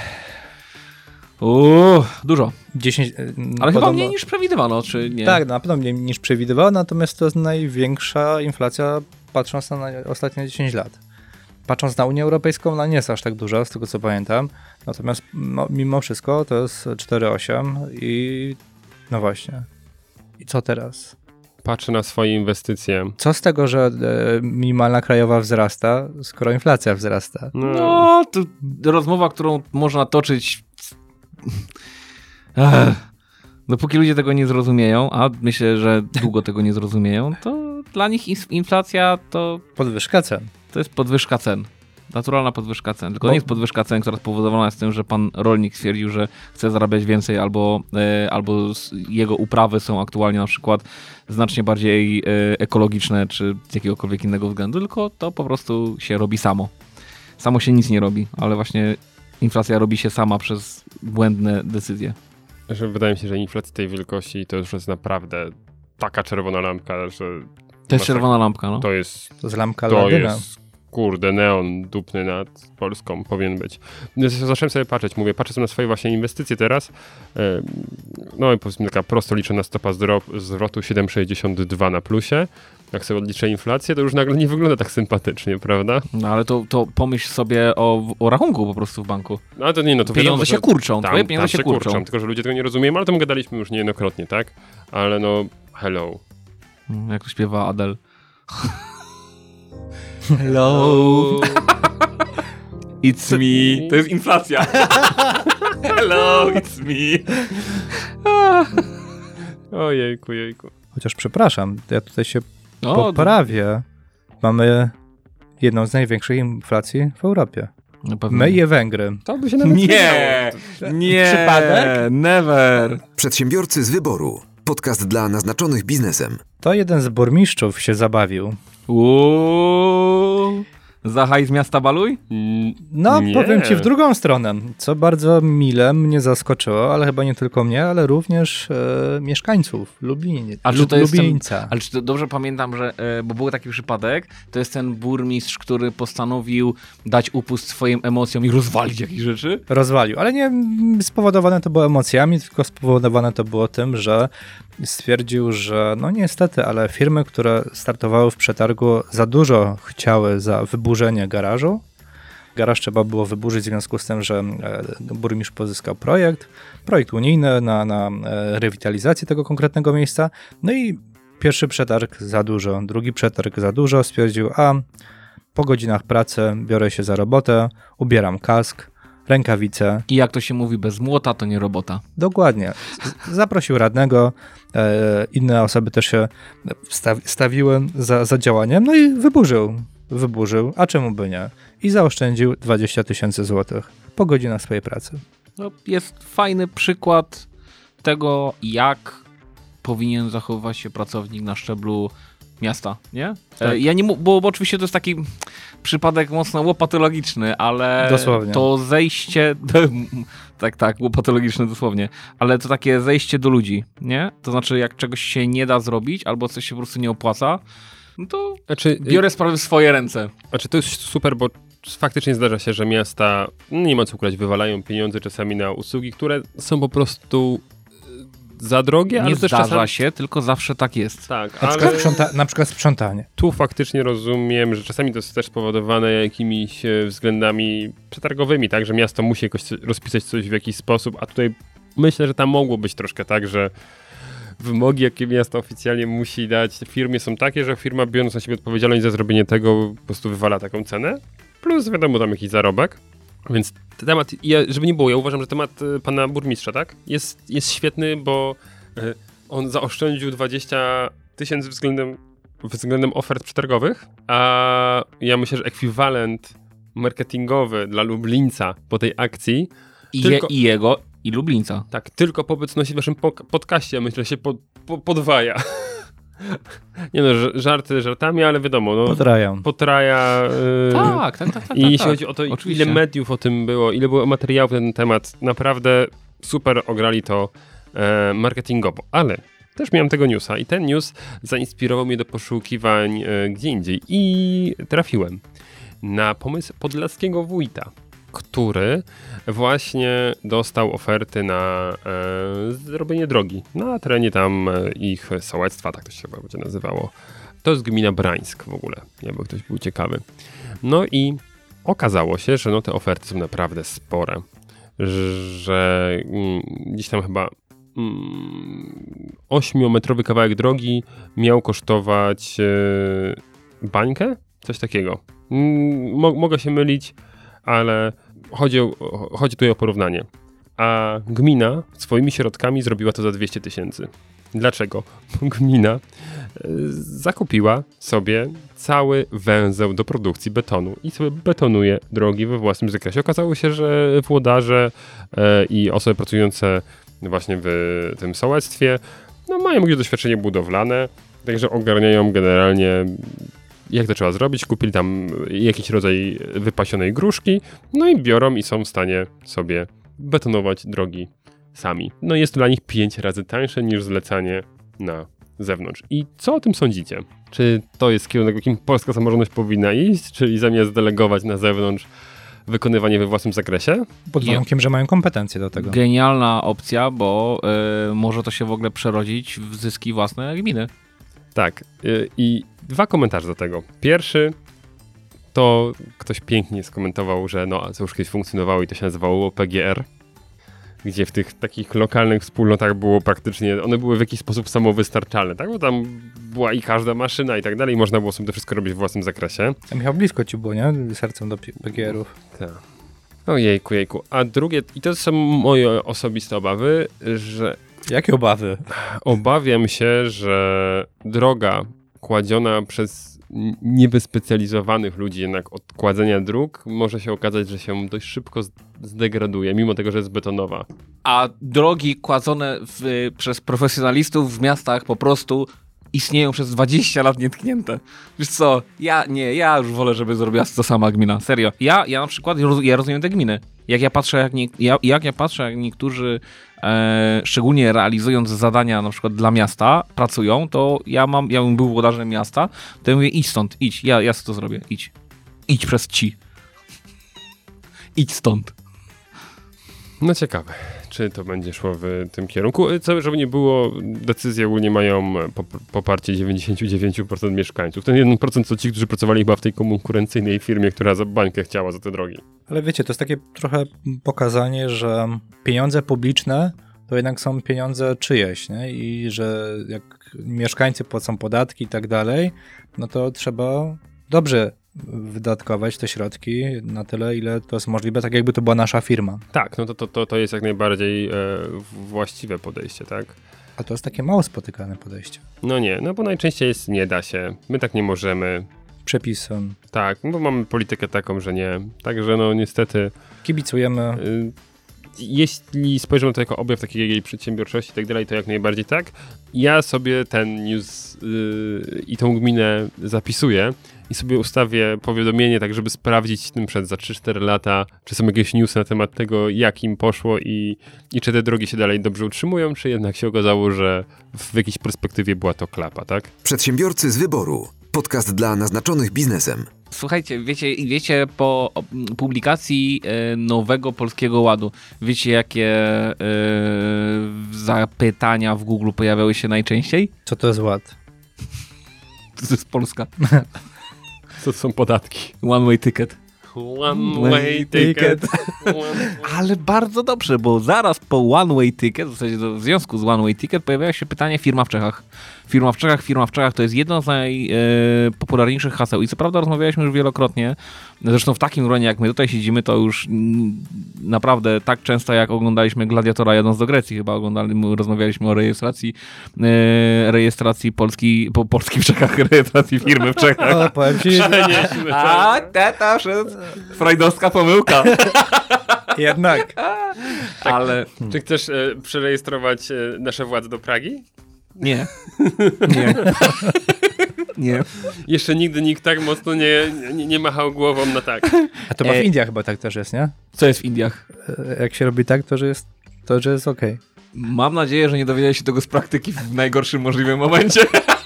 Uuu, dużo. dziesięć, Ale chyba mniej niż przewidywano, czy nie? Tak, na pewno mniej niż przewidywano, natomiast to jest największa inflacja patrząc na, na ostatnie dziesięć lat. Patrząc na Unię Europejską, ona nie jest aż tak duża, z tego co pamiętam. Natomiast no, mimo wszystko to jest cztery przecinek osiem i no właśnie. I co teraz? Patrzę na swoje inwestycje. Co z tego, że e, minimalna krajowa wzrasta, skoro inflacja wzrasta? No, No, to rozmowa, którą można toczyć. Ech. Dopóki ludzie tego nie zrozumieją, a myślę, że długo tego nie zrozumieją, to dla nich inflacja to, Podwyżka cen. to jest podwyżka cen. Naturalna podwyżka cen. Tylko Bo- nie jest podwyżka cen, która spowodowana jest tym, że pan rolnik stwierdził, że chce zarabiać więcej albo, e, albo s- jego uprawy są aktualnie na przykład znacznie bardziej e, ekologiczne czy z jakiegokolwiek innego względu, tylko to po prostu się robi samo. Samo się nic nie robi, ale właśnie inflacja robi się sama przez błędne decyzje. że wydaje mi się, że inflacja tej wielkości to już jest naprawdę taka czerwona lampka, że To jest Masakra. czerwona lampka, no. to jest, To jest lampka to Aladyna. jest kurde, neon dupny nad Polską powinien być. Więc zacząłem sobie patrzeć, mówię, patrzę sobie na swoje właśnie inwestycje teraz. Ym, No i powiedzmy taka prosto liczona stopa zdro- zwrotu siedem przecinek sześćdziesiąt dwa na plusie. Jak sobie odliczę inflację, to już nagle nie wygląda tak sympatycznie, prawda? No ale to, to pomyśl sobie o, o rachunku po prostu w banku. No ale to nie, no to Pieniądze wiadomo, się że kurczą, tam, twoje pieniądze tam się kurczą. Tylko, że ludzie tego nie rozumieją, ale to my gadaliśmy już niejednokrotnie, tak? Ale no, hello. Mm, Jak to śpiewa Adele. Hello. It's me. To jest inflacja. Hello, it's me. Ojejku, jejku. Chociaż przepraszam, ja tutaj się No, poprawię. Mamy jedną z największych inflacji w Europie. no pewnie. My i Węgry. To by się nawet Nie, nie, Przypadek? never. Przedsiębiorcy z wyboru. Podcast dla naznaczonych biznesem. To jeden z burmistrzów się zabawił. Uuu. Za hajs miasta baluj? Mm, No, nie. powiem ci w drugą stronę, co bardzo mile mnie zaskoczyło, ale chyba nie tylko mnie, ale również e, mieszkańców Lublin, A czy Lub, to jest ten- Lubieńca. Ale czy to dobrze pamiętam, że, e, bo był taki przypadek, to jest ten burmistrz, który postanowił dać upust swoim emocjom i rozwalić jakieś rzeczy? Rozwalił, ale nie mm, spowodowane to było emocjami, tylko spowodowane to było tym, że stwierdził, że no niestety, ale firmy, które startowały w przetargu za dużo chciały za wyburzenie garażu. Garaż trzeba było wyburzyć w związku z tym, że e, burmistrz pozyskał projekt, projekt unijny na, na e, rewitalizację tego konkretnego miejsca. No i pierwszy przetarg za dużo, drugi przetarg za dużo. Stwierdził, a po godzinach pracy biorę się za robotę, ubieram kask, rękawice. I jak to się mówi, bez młota to nie robota. Dokładnie. Z- Zaprosił radnego, e, inne osoby też się wsta- stawiły za, za działaniem, no i wyburzył. Wyburzył, a czemu by nie? I zaoszczędził dwadzieścia tysięcy złotych po godzinach swojej pracy. No, jest fajny przykład tego, jak powinien zachowywać się pracownik na szczeblu miasta, nie? Tak. E, Ja nie mu- bo, bo oczywiście to jest taki przypadek mocno łopatologiczny, ale Dosłownie. to zejście, tak, tak, łopatologiczne dosłownie, ale to takie zejście do ludzi, nie? To znaczy, jak czegoś się nie da zrobić, albo coś się po prostu nie opłaca, no to Znaczy, biorę sprawy w swoje ręce. Znaczy to jest super, bo faktycznie zdarza się, że miasta, no nie ma co ukrywać, wywalają pieniądze czasami na usługi, które są po prostu e, za drogie, ale Nie też zdarza czasami... się, tylko zawsze tak jest. Tak, Na, ale przykład, sprząta- na przykład sprzątanie. tu faktycznie rozumiem, że czasami to jest też spowodowane jakimiś e, względami przetargowymi, tak, że miasto musi jakoś co- rozpisać coś w jakiś sposób, a tutaj myślę, że tam mogło być troszkę tak, że wymogi, jakie miasto oficjalnie musi dać firmie są takie, że firma, biorąc na siebie odpowiedzialność za zrobienie tego, po prostu wywala taką cenę, plus wiadomo tam jakiś zarobek. Więc ten temat, ja, żeby nie było, ja uważam, że temat e, pana burmistrza, tak, jest, jest świetny, bo e, on zaoszczędził dwadzieścia tysięcy względem, względem ofert przetargowych, a ja myślę, że ekwiwalent marketingowy dla Lublińca po tej akcji, I, Tylko- je, I jego, i Lublińca. tak, tylko po obecności w naszym pok- podcaście, myślę, się po, po, podwaja. Nie no, ż- żarty żartami, ale wiadomo, no, Podrajam. potraja... Yy, Tak, tak, tak, tak. I tak, jeśli tak. chodzi o to, Oczywiście. ile mediów o tym było, ile było materiałów na ten temat, naprawdę super ograli to e, marketingowo. Ale też miałem tego newsa i ten news zainspirował mnie do poszukiwań e, gdzie indziej. I trafiłem na pomysł podlaskiego wójta, który właśnie dostał oferty na e, zrobienie drogi na terenie tam e, ich sołectwa, tak to się chyba będzie nazywało. To jest gmina Brańsk w ogóle, jakby ktoś był ciekawy. No i okazało się, że no te oferty są naprawdę spore, że mm, gdzieś tam chyba mm, ośmiometrowy kawałek drogi miał kosztować e, bańkę? Coś takiego. Mm, mo- mogę się mylić, ale chodzi, o, chodzi tutaj o porównanie. A gmina swoimi środkami zrobiła to za dwieście tysięcy. Dlaczego? Bo gmina e, zakupiła sobie cały węzeł do produkcji betonu i sobie betonuje drogi we własnym zakresie. Okazało się, że włodarze e, i osoby pracujące właśnie w tym sołectwie no, mają już doświadczenie budowlane, także ogarniają generalnie jak to trzeba zrobić. Kupili tam jakiś rodzaj wypasionej gruszki, no i biorą i są w stanie sobie betonować drogi sami. No jest to dla nich pięć razy tańsze niż zlecanie na zewnątrz. I co o tym sądzicie? Czy to jest kierunek, jakim polska samorządność powinna iść, czyli zamiast delegować na zewnątrz wykonywanie we własnym zakresie? Pod warunkiem, że mają kompetencje do tego. Genialna opcja, bo y, może to się w ogóle przerodzić w zyski własne gminy. Tak. y, I dwa komentarze do tego. Pierwszy to ktoś pięknie skomentował, że no, co już kiedyś funkcjonowało i to się nazywało P G R, gdzie w tych takich lokalnych wspólnotach było praktycznie, one były w jakiś sposób samowystarczalne, tak? Bo tam była i każda maszyna i tak dalej, i można było sobie to wszystko robić w własnym zakresie. A Michał, blisko ci było, nie? Sercem do P G R-ów. Tak. O jejku, jejku. A drugie, i to są moje osobiste obawy, że Jakie obawy? obawiam się, że droga kładziona przez niewyspecjalizowanych ludzi jednak od kładzenia dróg może się okazać, że się dość szybko zdegraduje, mimo tego, że jest betonowa. A drogi kładzone w, przez profesjonalistów w miastach po prostu istnieją przez dwadzieścia lat nietknięte. Wiesz co, ja nie, ja już wolę, żeby zrobiła to sama gmina, serio. Ja, ja na przykład, ja rozumiem te gminy. Jak ja patrzę, jak, nie, ja, jak ja patrzę, jak niektórzy e, szczególnie realizując zadania na przykład dla miasta, pracują, to ja mam, ja bym był włodarzem miasta, to ja mówię, idź stąd, idź, ja, ja to zrobię, idź. Idź przez ci. Idź stąd. No ciekawe, czy to będzie szło w tym kierunku. Co, żeby nie było, decyzje ogólnie mają poparcie dziewięćdziesiąt dziewięć procent mieszkańców. Ten jeden procent to ci, którzy pracowali chyba w tej konkurencyjnej firmie, która za bańkę chciała za te drogi. Ale wiecie, to jest takie trochę pokazanie, że pieniądze publiczne to jednak są pieniądze czyjeś, nie? I że jak mieszkańcy płacą podatki i tak dalej, no to trzeba dobrze wydatkować te środki na tyle, ile to jest możliwe, tak jakby to była nasza firma. Tak, no to, to, to, to jest jak najbardziej e, właściwe podejście, tak? A to jest takie mało spotykane podejście. No nie, no bo najczęściej jest nie da się, my tak nie możemy. Przepisem. Tak, bo mamy politykę taką, że nie. Także no niestety... Kibicujemy. Y, jeśli spojrzymy na to jako objaw takiej jej przedsiębiorczości i tak dalej, to jak najbardziej tak. Ja sobie ten news yy, i tą gminę zapisuję i sobie ustawię powiadomienie, tak żeby sprawdzić tym przed za trzy cztery lata, czy są jakieś newsy na temat tego, jak im poszło i, i czy te drogi się dalej dobrze utrzymują, czy jednak się okazało, że w jakiejś perspektywie była to klapa, tak? Przedsiębiorcy z wyboru. Podcast dla naznaczonych biznesem. Słuchajcie, wiecie, wiecie po publikacji e, nowego Polskiego Ładu, wiecie jakie e, zapytania w Google pojawiały się najczęściej? Co to jest ład? To jest Polska. Co to są podatki? One way ticket. One way ticket. Ale bardzo dobrze, bo zaraz po one way ticket, w zasadzie w związku z one way ticket pojawiało się pytanie firma w Czechach. Firma w Czechach, firma w Czechach to jest jedno z najpopularniejszych haseł i co prawda rozmawialiśmy już wielokrotnie, zresztą w takim gronie jak my tutaj siedzimy, to już naprawdę tak często jak oglądaliśmy Gladiatora jadąc do Grecji, chyba oglądaliśmy, rozmawialiśmy o rejestracji e, rejestracji Polski, po Polski w Czechach, rejestracji firmy w Czechach. O, powiem ci, Przenieśmy A, tata, freudowska pomyłka. jednak. Ale Czy chcesz e, przerejestrować e, nasze władze do Pragi? Nie. Nie. Nie. Jeszcze nigdy nikt tak mocno nie, nie, nie machał głową na tak. A to chyba E- w Indiach chyba tak też jest, nie? Co jest w Indiach? E, Jak się robi tak, to że jest, to, że jest okej. Mam nadzieję, że nie dowiedziałeś się tego z praktyki w najgorszym możliwym momencie.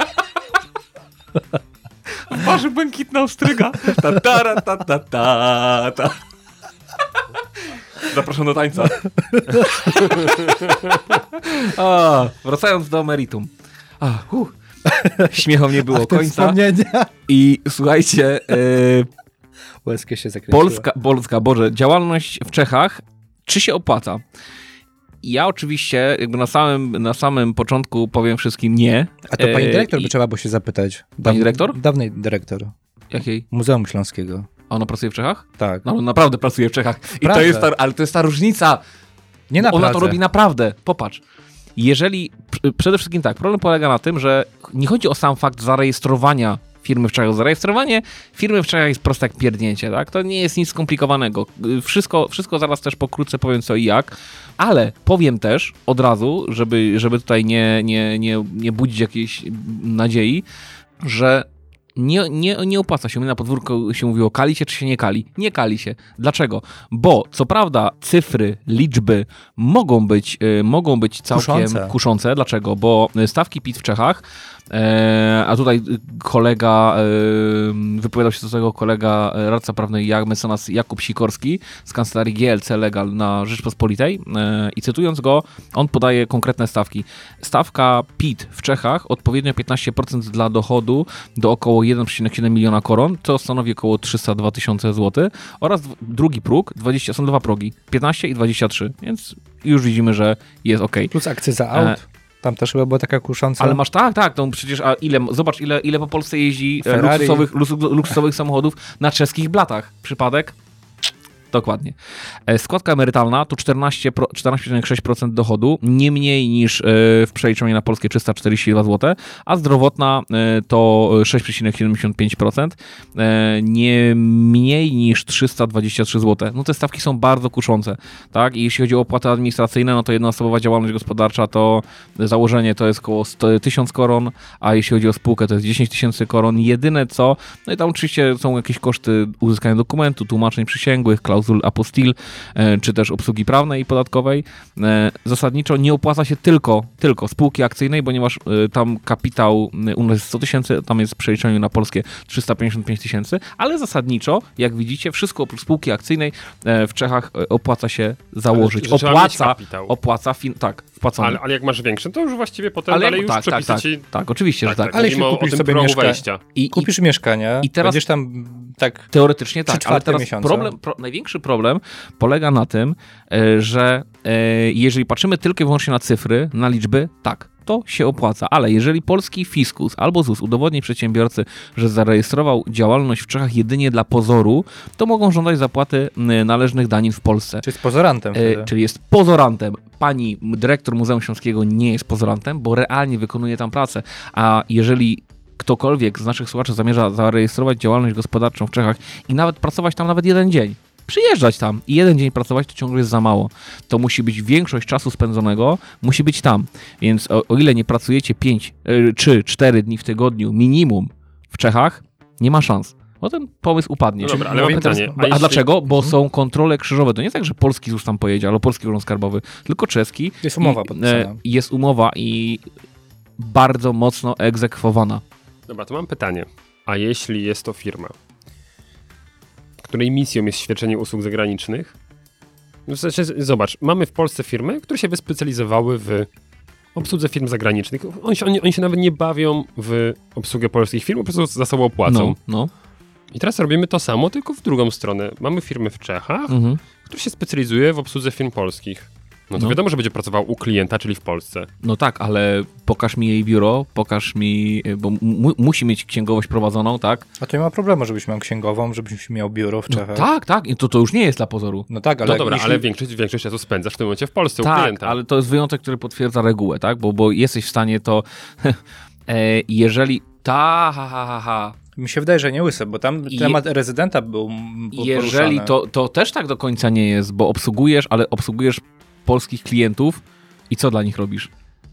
Waży błękitna ostryga. Ta, ta, ta, ta, ta, ta. Zapraszam do tańca. A, wracając do meritum. A, huh. Śmiechom nie było końca. Wspomnienia. I słuchajcie, yy, Łezkę się zakręciła. Polska, Polska, Boże, działalność w Czechach, czy się opłaca? Ja oczywiście jakby na samym, na samym początku powiem wszystkim nie. A to pani E, dyrektor i- by trzeba było się zapytać. Pani dyrektor? Dawnej dyrektor. Jakiej? Muzeum Śląskiego. A ona pracuje w Czechach? Tak. No, ona naprawdę pracuje w Czechach. I to Prawda. jest ta, ale to jest ta różnica. Nie na Ona to Pradze. robi naprawdę. Popatrz. Jeżeli, pr- przede wszystkim tak, problem polega na tym, że nie chodzi o sam fakt zarejestrowania firmy w Czechach. Zarejestrowanie firmy w Czechach jest proste jak pierdnięcie, tak? To nie jest nic skomplikowanego. Wszystko, wszystko zaraz też pokrótce powiem co i jak, ale powiem też od razu, żeby, żeby tutaj nie, nie, nie, nie budzić jakiejś nadziei, że nie, nie, nie opłaca się. My na podwórku się mówiło, kali się czy się nie kali? Nie kali się. Dlaczego? Bo co prawda cyfry, liczby mogą być, y, mogą być całkiem Kuszące. kuszące. Dlaczego? Bo stawki P I T w Czechach, e, a tutaj kolega, e, wypowiadał się do tego kolega e, radca prawny jak mecenas Jakub Sikorski z kancelarii G L C Legal na Rzeczpospolitej e, i cytując go, on podaje konkretne stawki. Stawka P I T w Czechach odpowiednio piętnaście procent dla dochodu do około jeden przecinek siedem miliona koron, co stanowi około trzysta dwa tysiące złotych oraz dw- drugi próg, dwadzieścia, są dwa progi, piętnaście i dwadzieścia trzy, więc już widzimy, że jest ok. Plus akcyza aut. E, Tam też chyba była taka kusząca. Ale masz tak, tak, no przecież a ile, zobacz ile, ile po Polsce jeździ e, Ferrari. luksusowych, luksu- luksusowych samochodów na czeskich blatach. Przypadek? Dokładnie. E, Składka emerytalna to czternaście przecinek sześć procent dochodu, nie mniej niż e, w przeliczeniu na polskie trzysta czterdzieści dwa złote, a zdrowotna e, to sześć przecinek siedemdziesiąt pięć procent, e, nie mniej niż trzysta dwadzieścia trzy złote. No te stawki są bardzo kuszące, tak? I jeśli chodzi o opłaty administracyjne, no to jednoosobowa działalność gospodarcza to założenie to jest około tysiąc koron, a jeśli chodzi o spółkę to jest dziesięć tysięcy koron. Jedyne co, no i tam oczywiście są jakieś koszty uzyskania dokumentu, tłumaczeń przysięgłych, klauzul apostille, e, czy też obsługi prawnej i podatkowej. E, zasadniczo nie opłaca się tylko, tylko spółki akcyjnej, ponieważ e, tam kapitał e, u nas jest sto tysięcy, tam jest w przeliczeniu na polskie trzysta pięćdziesiąt pięć tysięcy, ale zasadniczo, jak widzicie, wszystko oprócz spółki akcyjnej e, w Czechach e, opłaca się założyć. Ale, że trzeba mieć Opłaca, kapitał. opłaca, fin- tak, wpłacony. Ale, ale jak masz większy, to już właściwie potem Ale dalej jak- już tak, tak, przepisy tak, ci... tak, oczywiście, że tak. Ale mówimy jeśli o, o kupisz tym sobie progu mieszka- wejścia. I, i Kupisz mieszkanie, i teraz- będziesz tam tak... teoretycznie tak, ale czwarte teraz miesiące. problem, pro, największy problem polega na tym, e, że e, jeżeli patrzymy tylko i wyłącznie na cyfry, na liczby, tak, to się opłaca, ale jeżeli polski fiskus albo ZUS udowodni przedsiębiorcy, że zarejestrował działalność w Czechach jedynie dla pozoru, to mogą żądać zapłaty m, należnych danin w Polsce. Czy z pozorantem wtedy. E, czyli jest pozorantem. Pani dyrektor Muzeum Śląskiego nie jest pozorantem, bo realnie wykonuje tam pracę, a jeżeli ktokolwiek z naszych słuchaczy zamierza zarejestrować działalność gospodarczą w Czechach i nawet pracować tam nawet jeden dzień, przyjeżdżać tam i jeden dzień pracować, to ciągle jest za mało. To musi być większość czasu spędzonego, musi być tam. Więc o, o ile nie pracujecie pięć czy cztery dni w tygodniu minimum w Czechach, nie ma szans. Bo ten pomysł upadnie. No dobra, ale mam Mówię teraz- pytanie, a A, jeśli- dlaczego? Bo są kontrole krzyżowe. To nie jest tak, że polski ZUS tam pojedzie, albo polski urząd skarbowy, tylko czeski. Jest umowa I, podpisana. e, Jest umowa i bardzo mocno egzekwowana. Dobra, to mam pytanie. A jeśli jest to firma, której misją jest świadczenie usług zagranicznych? W sensie, zobacz, mamy w Polsce firmy, które się wyspecjalizowały w obsłudze firm zagranicznych. Oni się, oni, oni się nawet nie bawią w obsługę polskich firm, po prostu za sobą płacą. No, no. I teraz robimy to samo, tylko w drugą stronę. Mamy firmy w Czechach, Mhm. które się specjalizuje w obsłudze firm polskich. No to No. wiadomo, że będzie pracował u klienta, czyli w Polsce. No tak, ale pokaż mi jej biuro, pokaż mi, bo mu, musi mieć księgowość prowadzoną, tak? A to nie ma problemu, żebyś miał księgową, żebyś miał biuro w No Czechach. tak, tak, i to, to już nie jest dla pozoru. No tak, ale No dobra, jeśli... ale większość, większość czasu spędzasz w tym momencie w Polsce u Tak, klienta. ale to jest wyjątek, który potwierdza regułę, tak? Bo, bo jesteś w stanie to, e, jeżeli, ta, ha, ha, ha, ha. Mi się wydaje, że nie łysy, bo tam Je- temat rezydenta był m, po- Jeżeli poruszany. to, to też tak do końca nie jest, bo obsługujesz, ale obsługujesz polskich klientów i co dla nich robisz?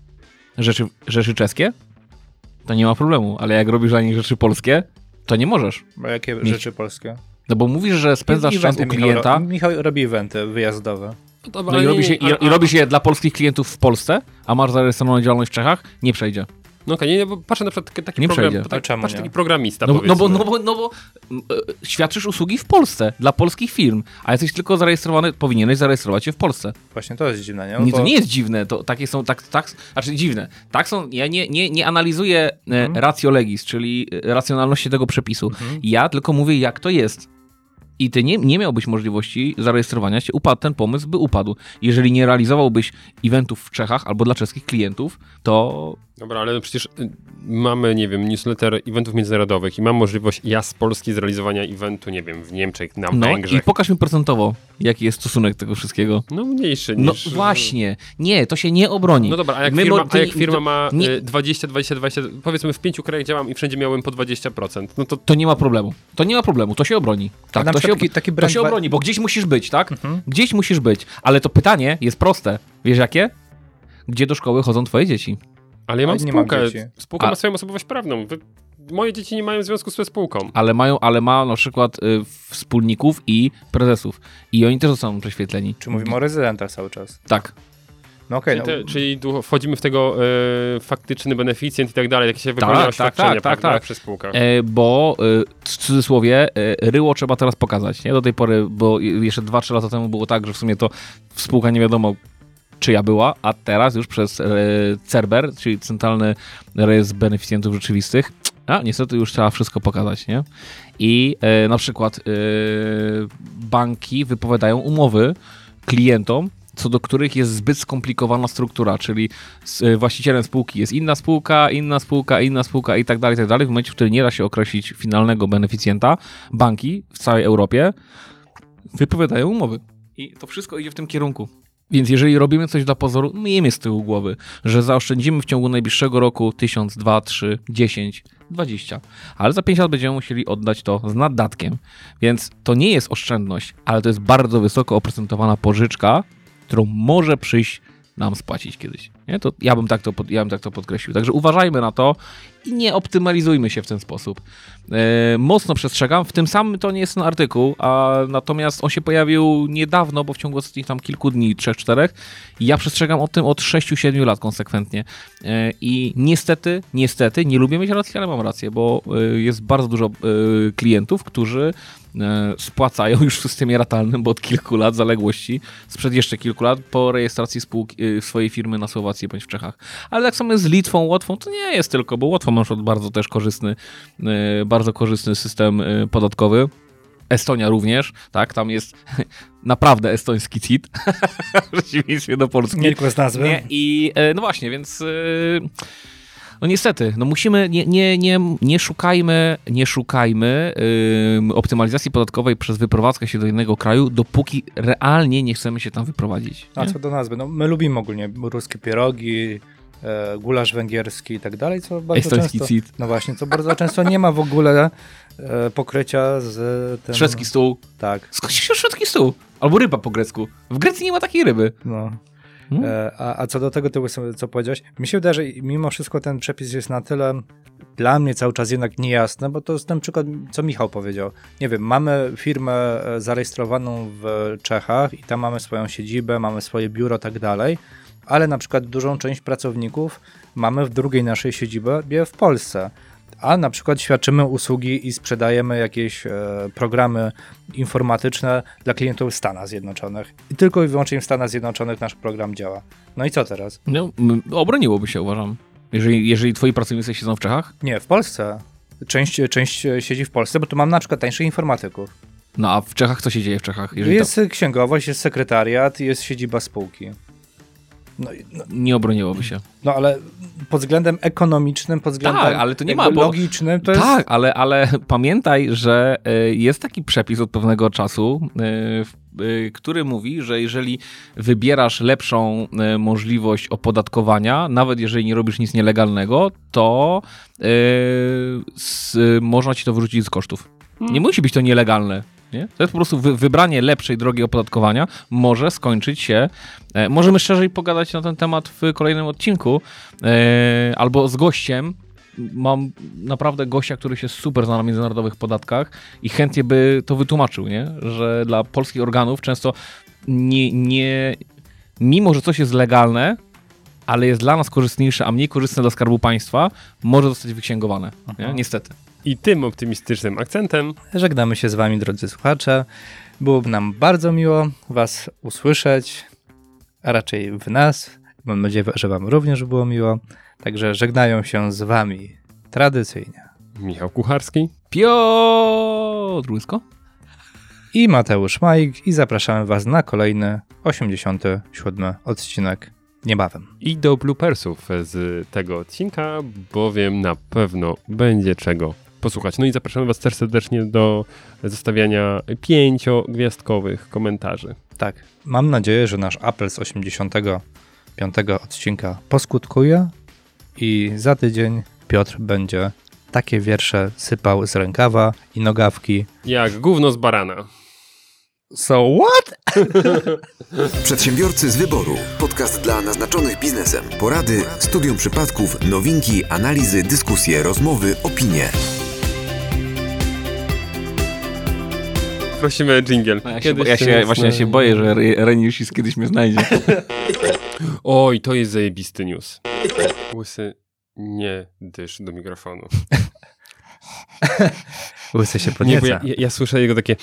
rzeczy, rzeczy czeskie, to nie ma problemu, ale jak robisz dla nich rzeczy polskie, to nie możesz. Bo jakie Mieć. rzeczy polskie? No bo mówisz, że spędzasz czas u Eventy klienta... Michał, Michał robi eventy wyjazdowe. Dobra, No i ale robisz, nie, je, nie, i, i robisz je dla polskich klientów w Polsce, a masz zarejestrowaną działalność w Czechach, nie przejdzie. No okej, nie, bo patrzę na przykład taki Nie program, przejdzie. tak, A czemu patrz nie? taki programista, No, no, powiedzmy. bo, no, bo, no bo e, świadczysz usługi w Polsce, dla polskich firm, a jesteś tylko zarejestrowany, powinieneś zarejestrować się w Polsce. Właśnie to jest dziwne, nie? Nie, Bo- to nie jest dziwne, to takie są, tak, tak, znaczy dziwne, tak są, ja nie, nie, nie analizuję e, Mhm. ratio legis, czyli e, racjonalności tego przepisu, Mhm. ja tylko mówię, jak to jest. I ty nie, nie miałbyś możliwości zarejestrowania się, upadł ten pomysł, by upadł. Jeżeli nie realizowałbyś eventów w Czechach albo dla czeskich klientów, to Dobra, ale przecież y, mamy, nie wiem, newsletter eventów międzynarodowych i mam możliwość ja z Polski zrealizowania eventu, nie wiem, w Niemczech, na no Węgrzech. i pokaż mi procentowo, jaki jest stosunek tego wszystkiego. No mniejszy No niż... właśnie, nie, to się nie obroni. No dobra, a jak My firma, mo- a ty- jak firma ma nie- y, dwadzieścia, dwadzieścia, dwadzieścia, powiedzmy w pięciu krajach działam i wszędzie miałem po dwadzieścia procent, no to To nie ma problemu. To nie ma problemu, to się obroni. Tak, na to się, przykład ob- taki- taki to brand się wa- obroni, bo gdzieś musisz być, tak? Mhm. Gdzieś musisz być. Ale to pytanie jest proste. Wiesz jakie? Gdzie do szkoły chodzą twoje dzieci? ale ja mam Ale nie mam spółkę. dzieci. Spółka A- ma swoją osobowość prawną. Wy, moje dzieci nie mają związku ze spółką. Ale mają, ale ma na przykład y, wspólników i prezesów. I oni też zostaną prześwietleni. Czy mówimy o rezydentach cały czas? Tak. No okej, Czyli, no, te, czyli tu wchodzimy w tego e, faktyczny beneficjent i tak dalej, jak się wypełnia tak, oświadczenia, tak, tak, prawda, tak. przy spółkach. E, bo y, w cudzysłowie y, ryło trzeba teraz pokazać. Nie? Do tej pory, bo jeszcze dwa trzy lata temu było tak, że w sumie to spółka nie wiadomo czyja była, a teraz już przez e, Cerber, czyli Centralny Rejestr Beneficjentów Rzeczywistych, a niestety już trzeba wszystko pokazać, nie? I e, na przykład e, banki wypowiadają umowy klientom, co do których jest zbyt skomplikowana struktura, czyli z, e, właścicielem spółki jest inna spółka, inna spółka, inna spółka i tak dalej, i tak dalej. W momencie, w którym nie da się określić finalnego beneficjenta, banki w całej Europie wypowiadają umowy. I to wszystko idzie w tym kierunku. Więc jeżeli robimy coś dla pozoru, miejmy z tyłu głowy, że zaoszczędzimy w ciągu najbliższego roku tysiąc, dwa, trzy, dziesięć, dwadzieścia. Ale za pięć lat będziemy musieli oddać to z naddatkiem. Więc to nie jest oszczędność, ale to jest bardzo wysoko oprocentowana pożyczka, którą może przyjść nam spłacić kiedyś. Nie? To ja bym tak to, pod, ja bym tak to podkreślił. Także uważajmy na to i nie optymalizujmy się w ten sposób. E, mocno przestrzegam. W tym samym to nie jest ten artykuł, a natomiast on się pojawił niedawno, bo w ciągu ostatnich tam kilku dni, trzech, czterech. I ja przestrzegam o tym od sześciu, siedmiu lat konsekwentnie. E, I niestety, niestety, nie lubię mieć racji, ale mam rację, bo e, jest bardzo dużo e, klientów, którzy e, spłacają już w systemie ratalnym, bo od kilku lat zaległości, sprzed jeszcze kilku lat, po rejestracji spółki, e, swojej firmy na Słowacji bądź w Czechach. Ale tak samo jest z Litwą, Łotwą, to nie jest tylko, bo Łotwa ma na przykład bardzo też korzystny, e, bardzo korzystny system e, podatkowy. Estonia również, tak, tam jest naprawdę estoński C I T, w przeciwieństwie do Polski. nie tylko z nazwy. Nie, i e, no właśnie, więc e, no niestety, no musimy, nie, nie, nie, nie szukajmy, nie szukajmy e, optymalizacji podatkowej przez wyprowadzkę się do innego kraju, dopóki realnie nie chcemy się tam wyprowadzić. A nie? co do nazwy, no my lubimy ogólnie ruskie pierogi, e, gulasz węgierski i tak dalej, co bardzo Estoński często... C I T. No właśnie, co bardzo często nie ma w ogóle e, pokrycia z tym... Szwedzki stół. Tak, Skąd się szwedzki stół? Albo ryba po grecku. W Grecji nie ma takiej ryby. no. Hmm? E, a, a co do tego, tyłu, co powiedziałeś, mi się wydaje, że mimo wszystko ten przepis jest na tyle dla mnie cały czas jednak niejasny, bo to jest ten przykład, co Michał powiedział. Nie wiem, mamy firmę e, zarejestrowaną w Czechach i tam mamy swoją siedzibę, mamy swoje biuro i tak dalej, ale na przykład dużą część pracowników mamy w drugiej naszej siedzibie w Polsce. A na przykład świadczymy usługi i sprzedajemy jakieś e, programy informatyczne dla klientów w Stanach Zjednoczonych. I tylko i wyłącznie w Stanach Zjednoczonych nasz program działa. No i co teraz? No, m, obroniłoby się, uważam. Jeżeli, jeżeli twoi pracownicy siedzą w Czechach, Nie, w Polsce. Część, część siedzi w Polsce, bo tu mam na przykład tańszych informatyków. no a w Czechach co się dzieje w Czechach? Jeżeli Jest księgowość, jest sekretariat, jest siedziba spółki. No, i- no, to nie obroniłoby się. no ale pod względem ekonomicznym, pod względem Tak, ale to nie jakby ma, bo- logicznym, to jest... Tak, ale, ale pamiętaj, że y, jest taki przepis od pewnego czasu, y, w- y, który mówi, że jeżeli wybierasz lepszą y, możliwość opodatkowania, nawet jeżeli nie robisz nic nielegalnego, to y, s, można ci to wyrzucić z kosztów. Nie musi być to nielegalne. Nie? To jest po prostu wy, wybranie lepszej drogi opodatkowania może skończyć się, e, możemy szerzej pogadać na ten temat w kolejnym odcinku, e, albo z gościem. Mam naprawdę gościa, który się super zna na międzynarodowych podatkach i chętnie by to wytłumaczył, nie? Że dla polskich organów często nie, nie, mimo że coś jest legalne, ale jest dla nas korzystniejsze, a mniej korzystne dla Skarbu Państwa, może zostać wyksięgowane. Nie? Niestety. I tym optymistycznym akcentem Żegnamy się z wami, drodzy słuchacze. Byłoby nam bardzo miło was usłyszeć, a raczej w nas. Mam nadzieję, że wam również było miło. Także żegnają się z wami tradycyjnie Michał Kucharski Piotr Łysko i Mateusz Majk i zapraszamy was na kolejny osiemdziesiąty siódmy odcinek niebawem. i do bloopersów z tego odcinka, bowiem na pewno będzie czego posłuchać. No i zapraszamy was też serdecznie do zostawiania pięciogwiazdkowych komentarzy. Tak, mam nadzieję, że nasz apel z osiemdziesiątego piątego odcinka poskutkuje i za tydzień Piotr będzie takie wiersze sypał z rękawa i nogawki. Jak gówno z barana. So what? Przedsiębiorcy z wyboru. Podcast dla naznaczonych biznesem. Porady, studium przypadków, nowinki, analizy, dyskusje, rozmowy, opinie. Prosimy dżingiel. No ja się, bo, ja się, właśnie ja się boję, że Reniusis kiedyś mnie znajdzie. Oj, to jest zajebisty news. Łysy, nie dysz do mikrofonu. Łysy się Nie, podnieca. bo ja, ja, ja słyszę jego takie...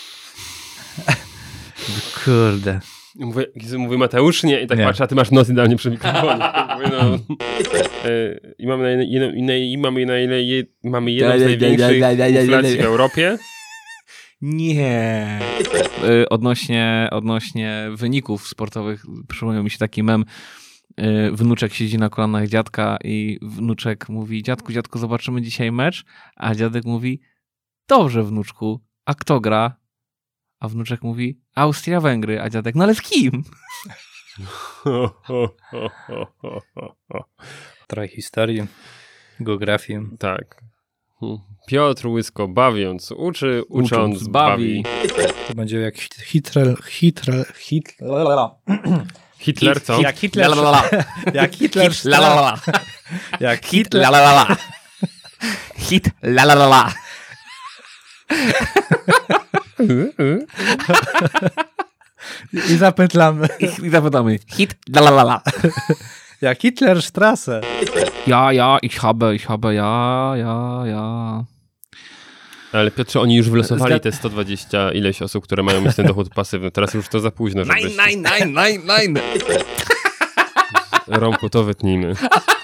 Kurde. Mówię, mówię Mateusz, nie? I tak Nie. patrzę, a ty masz nos idealnie przy mikrofonie. Mówię, no. e, I mamy, na, jedno, i mamy, na ile je, mamy jedną z największych inflacji w Europie. Nie. Y, Odnośnie, odnośnie wyników sportowych przypomniał mi się taki mem. Y, Wnuczek siedzi na kolanach dziadka i wnuczek mówi: dziadku, dziadku, zobaczymy dzisiaj mecz. A dziadek mówi: dobrze, wnuczku, a kto gra? A wnuczek mówi: Austria-Węgry. A dziadek: no ale z kim? Trochę historii, geografii. Tak. Piotr Łysko bawiąc uczy, ucząc, Ucząc bawi. To będzie jak Hitler, Hitler, Hitler, Hitler co? jak Hitler, La, la, la. jak Hitler, La la la. jak Hit Hitler, la la la la. Hit la la la la. i zapytlamy, I zapytamy: hit la la la la. jak Hitler Strasse. Ja, ja, ich habe, ich habe, ja, ja, ja. Ale Piotrze, oni już wylosowali Zgad- te sto dwadzieścia ileś osób, które mają mieć ten dochód pasywny. Teraz już to za późno, żebyś... Nein, nein, nein, nein, nein. Romku, to wytnijmy.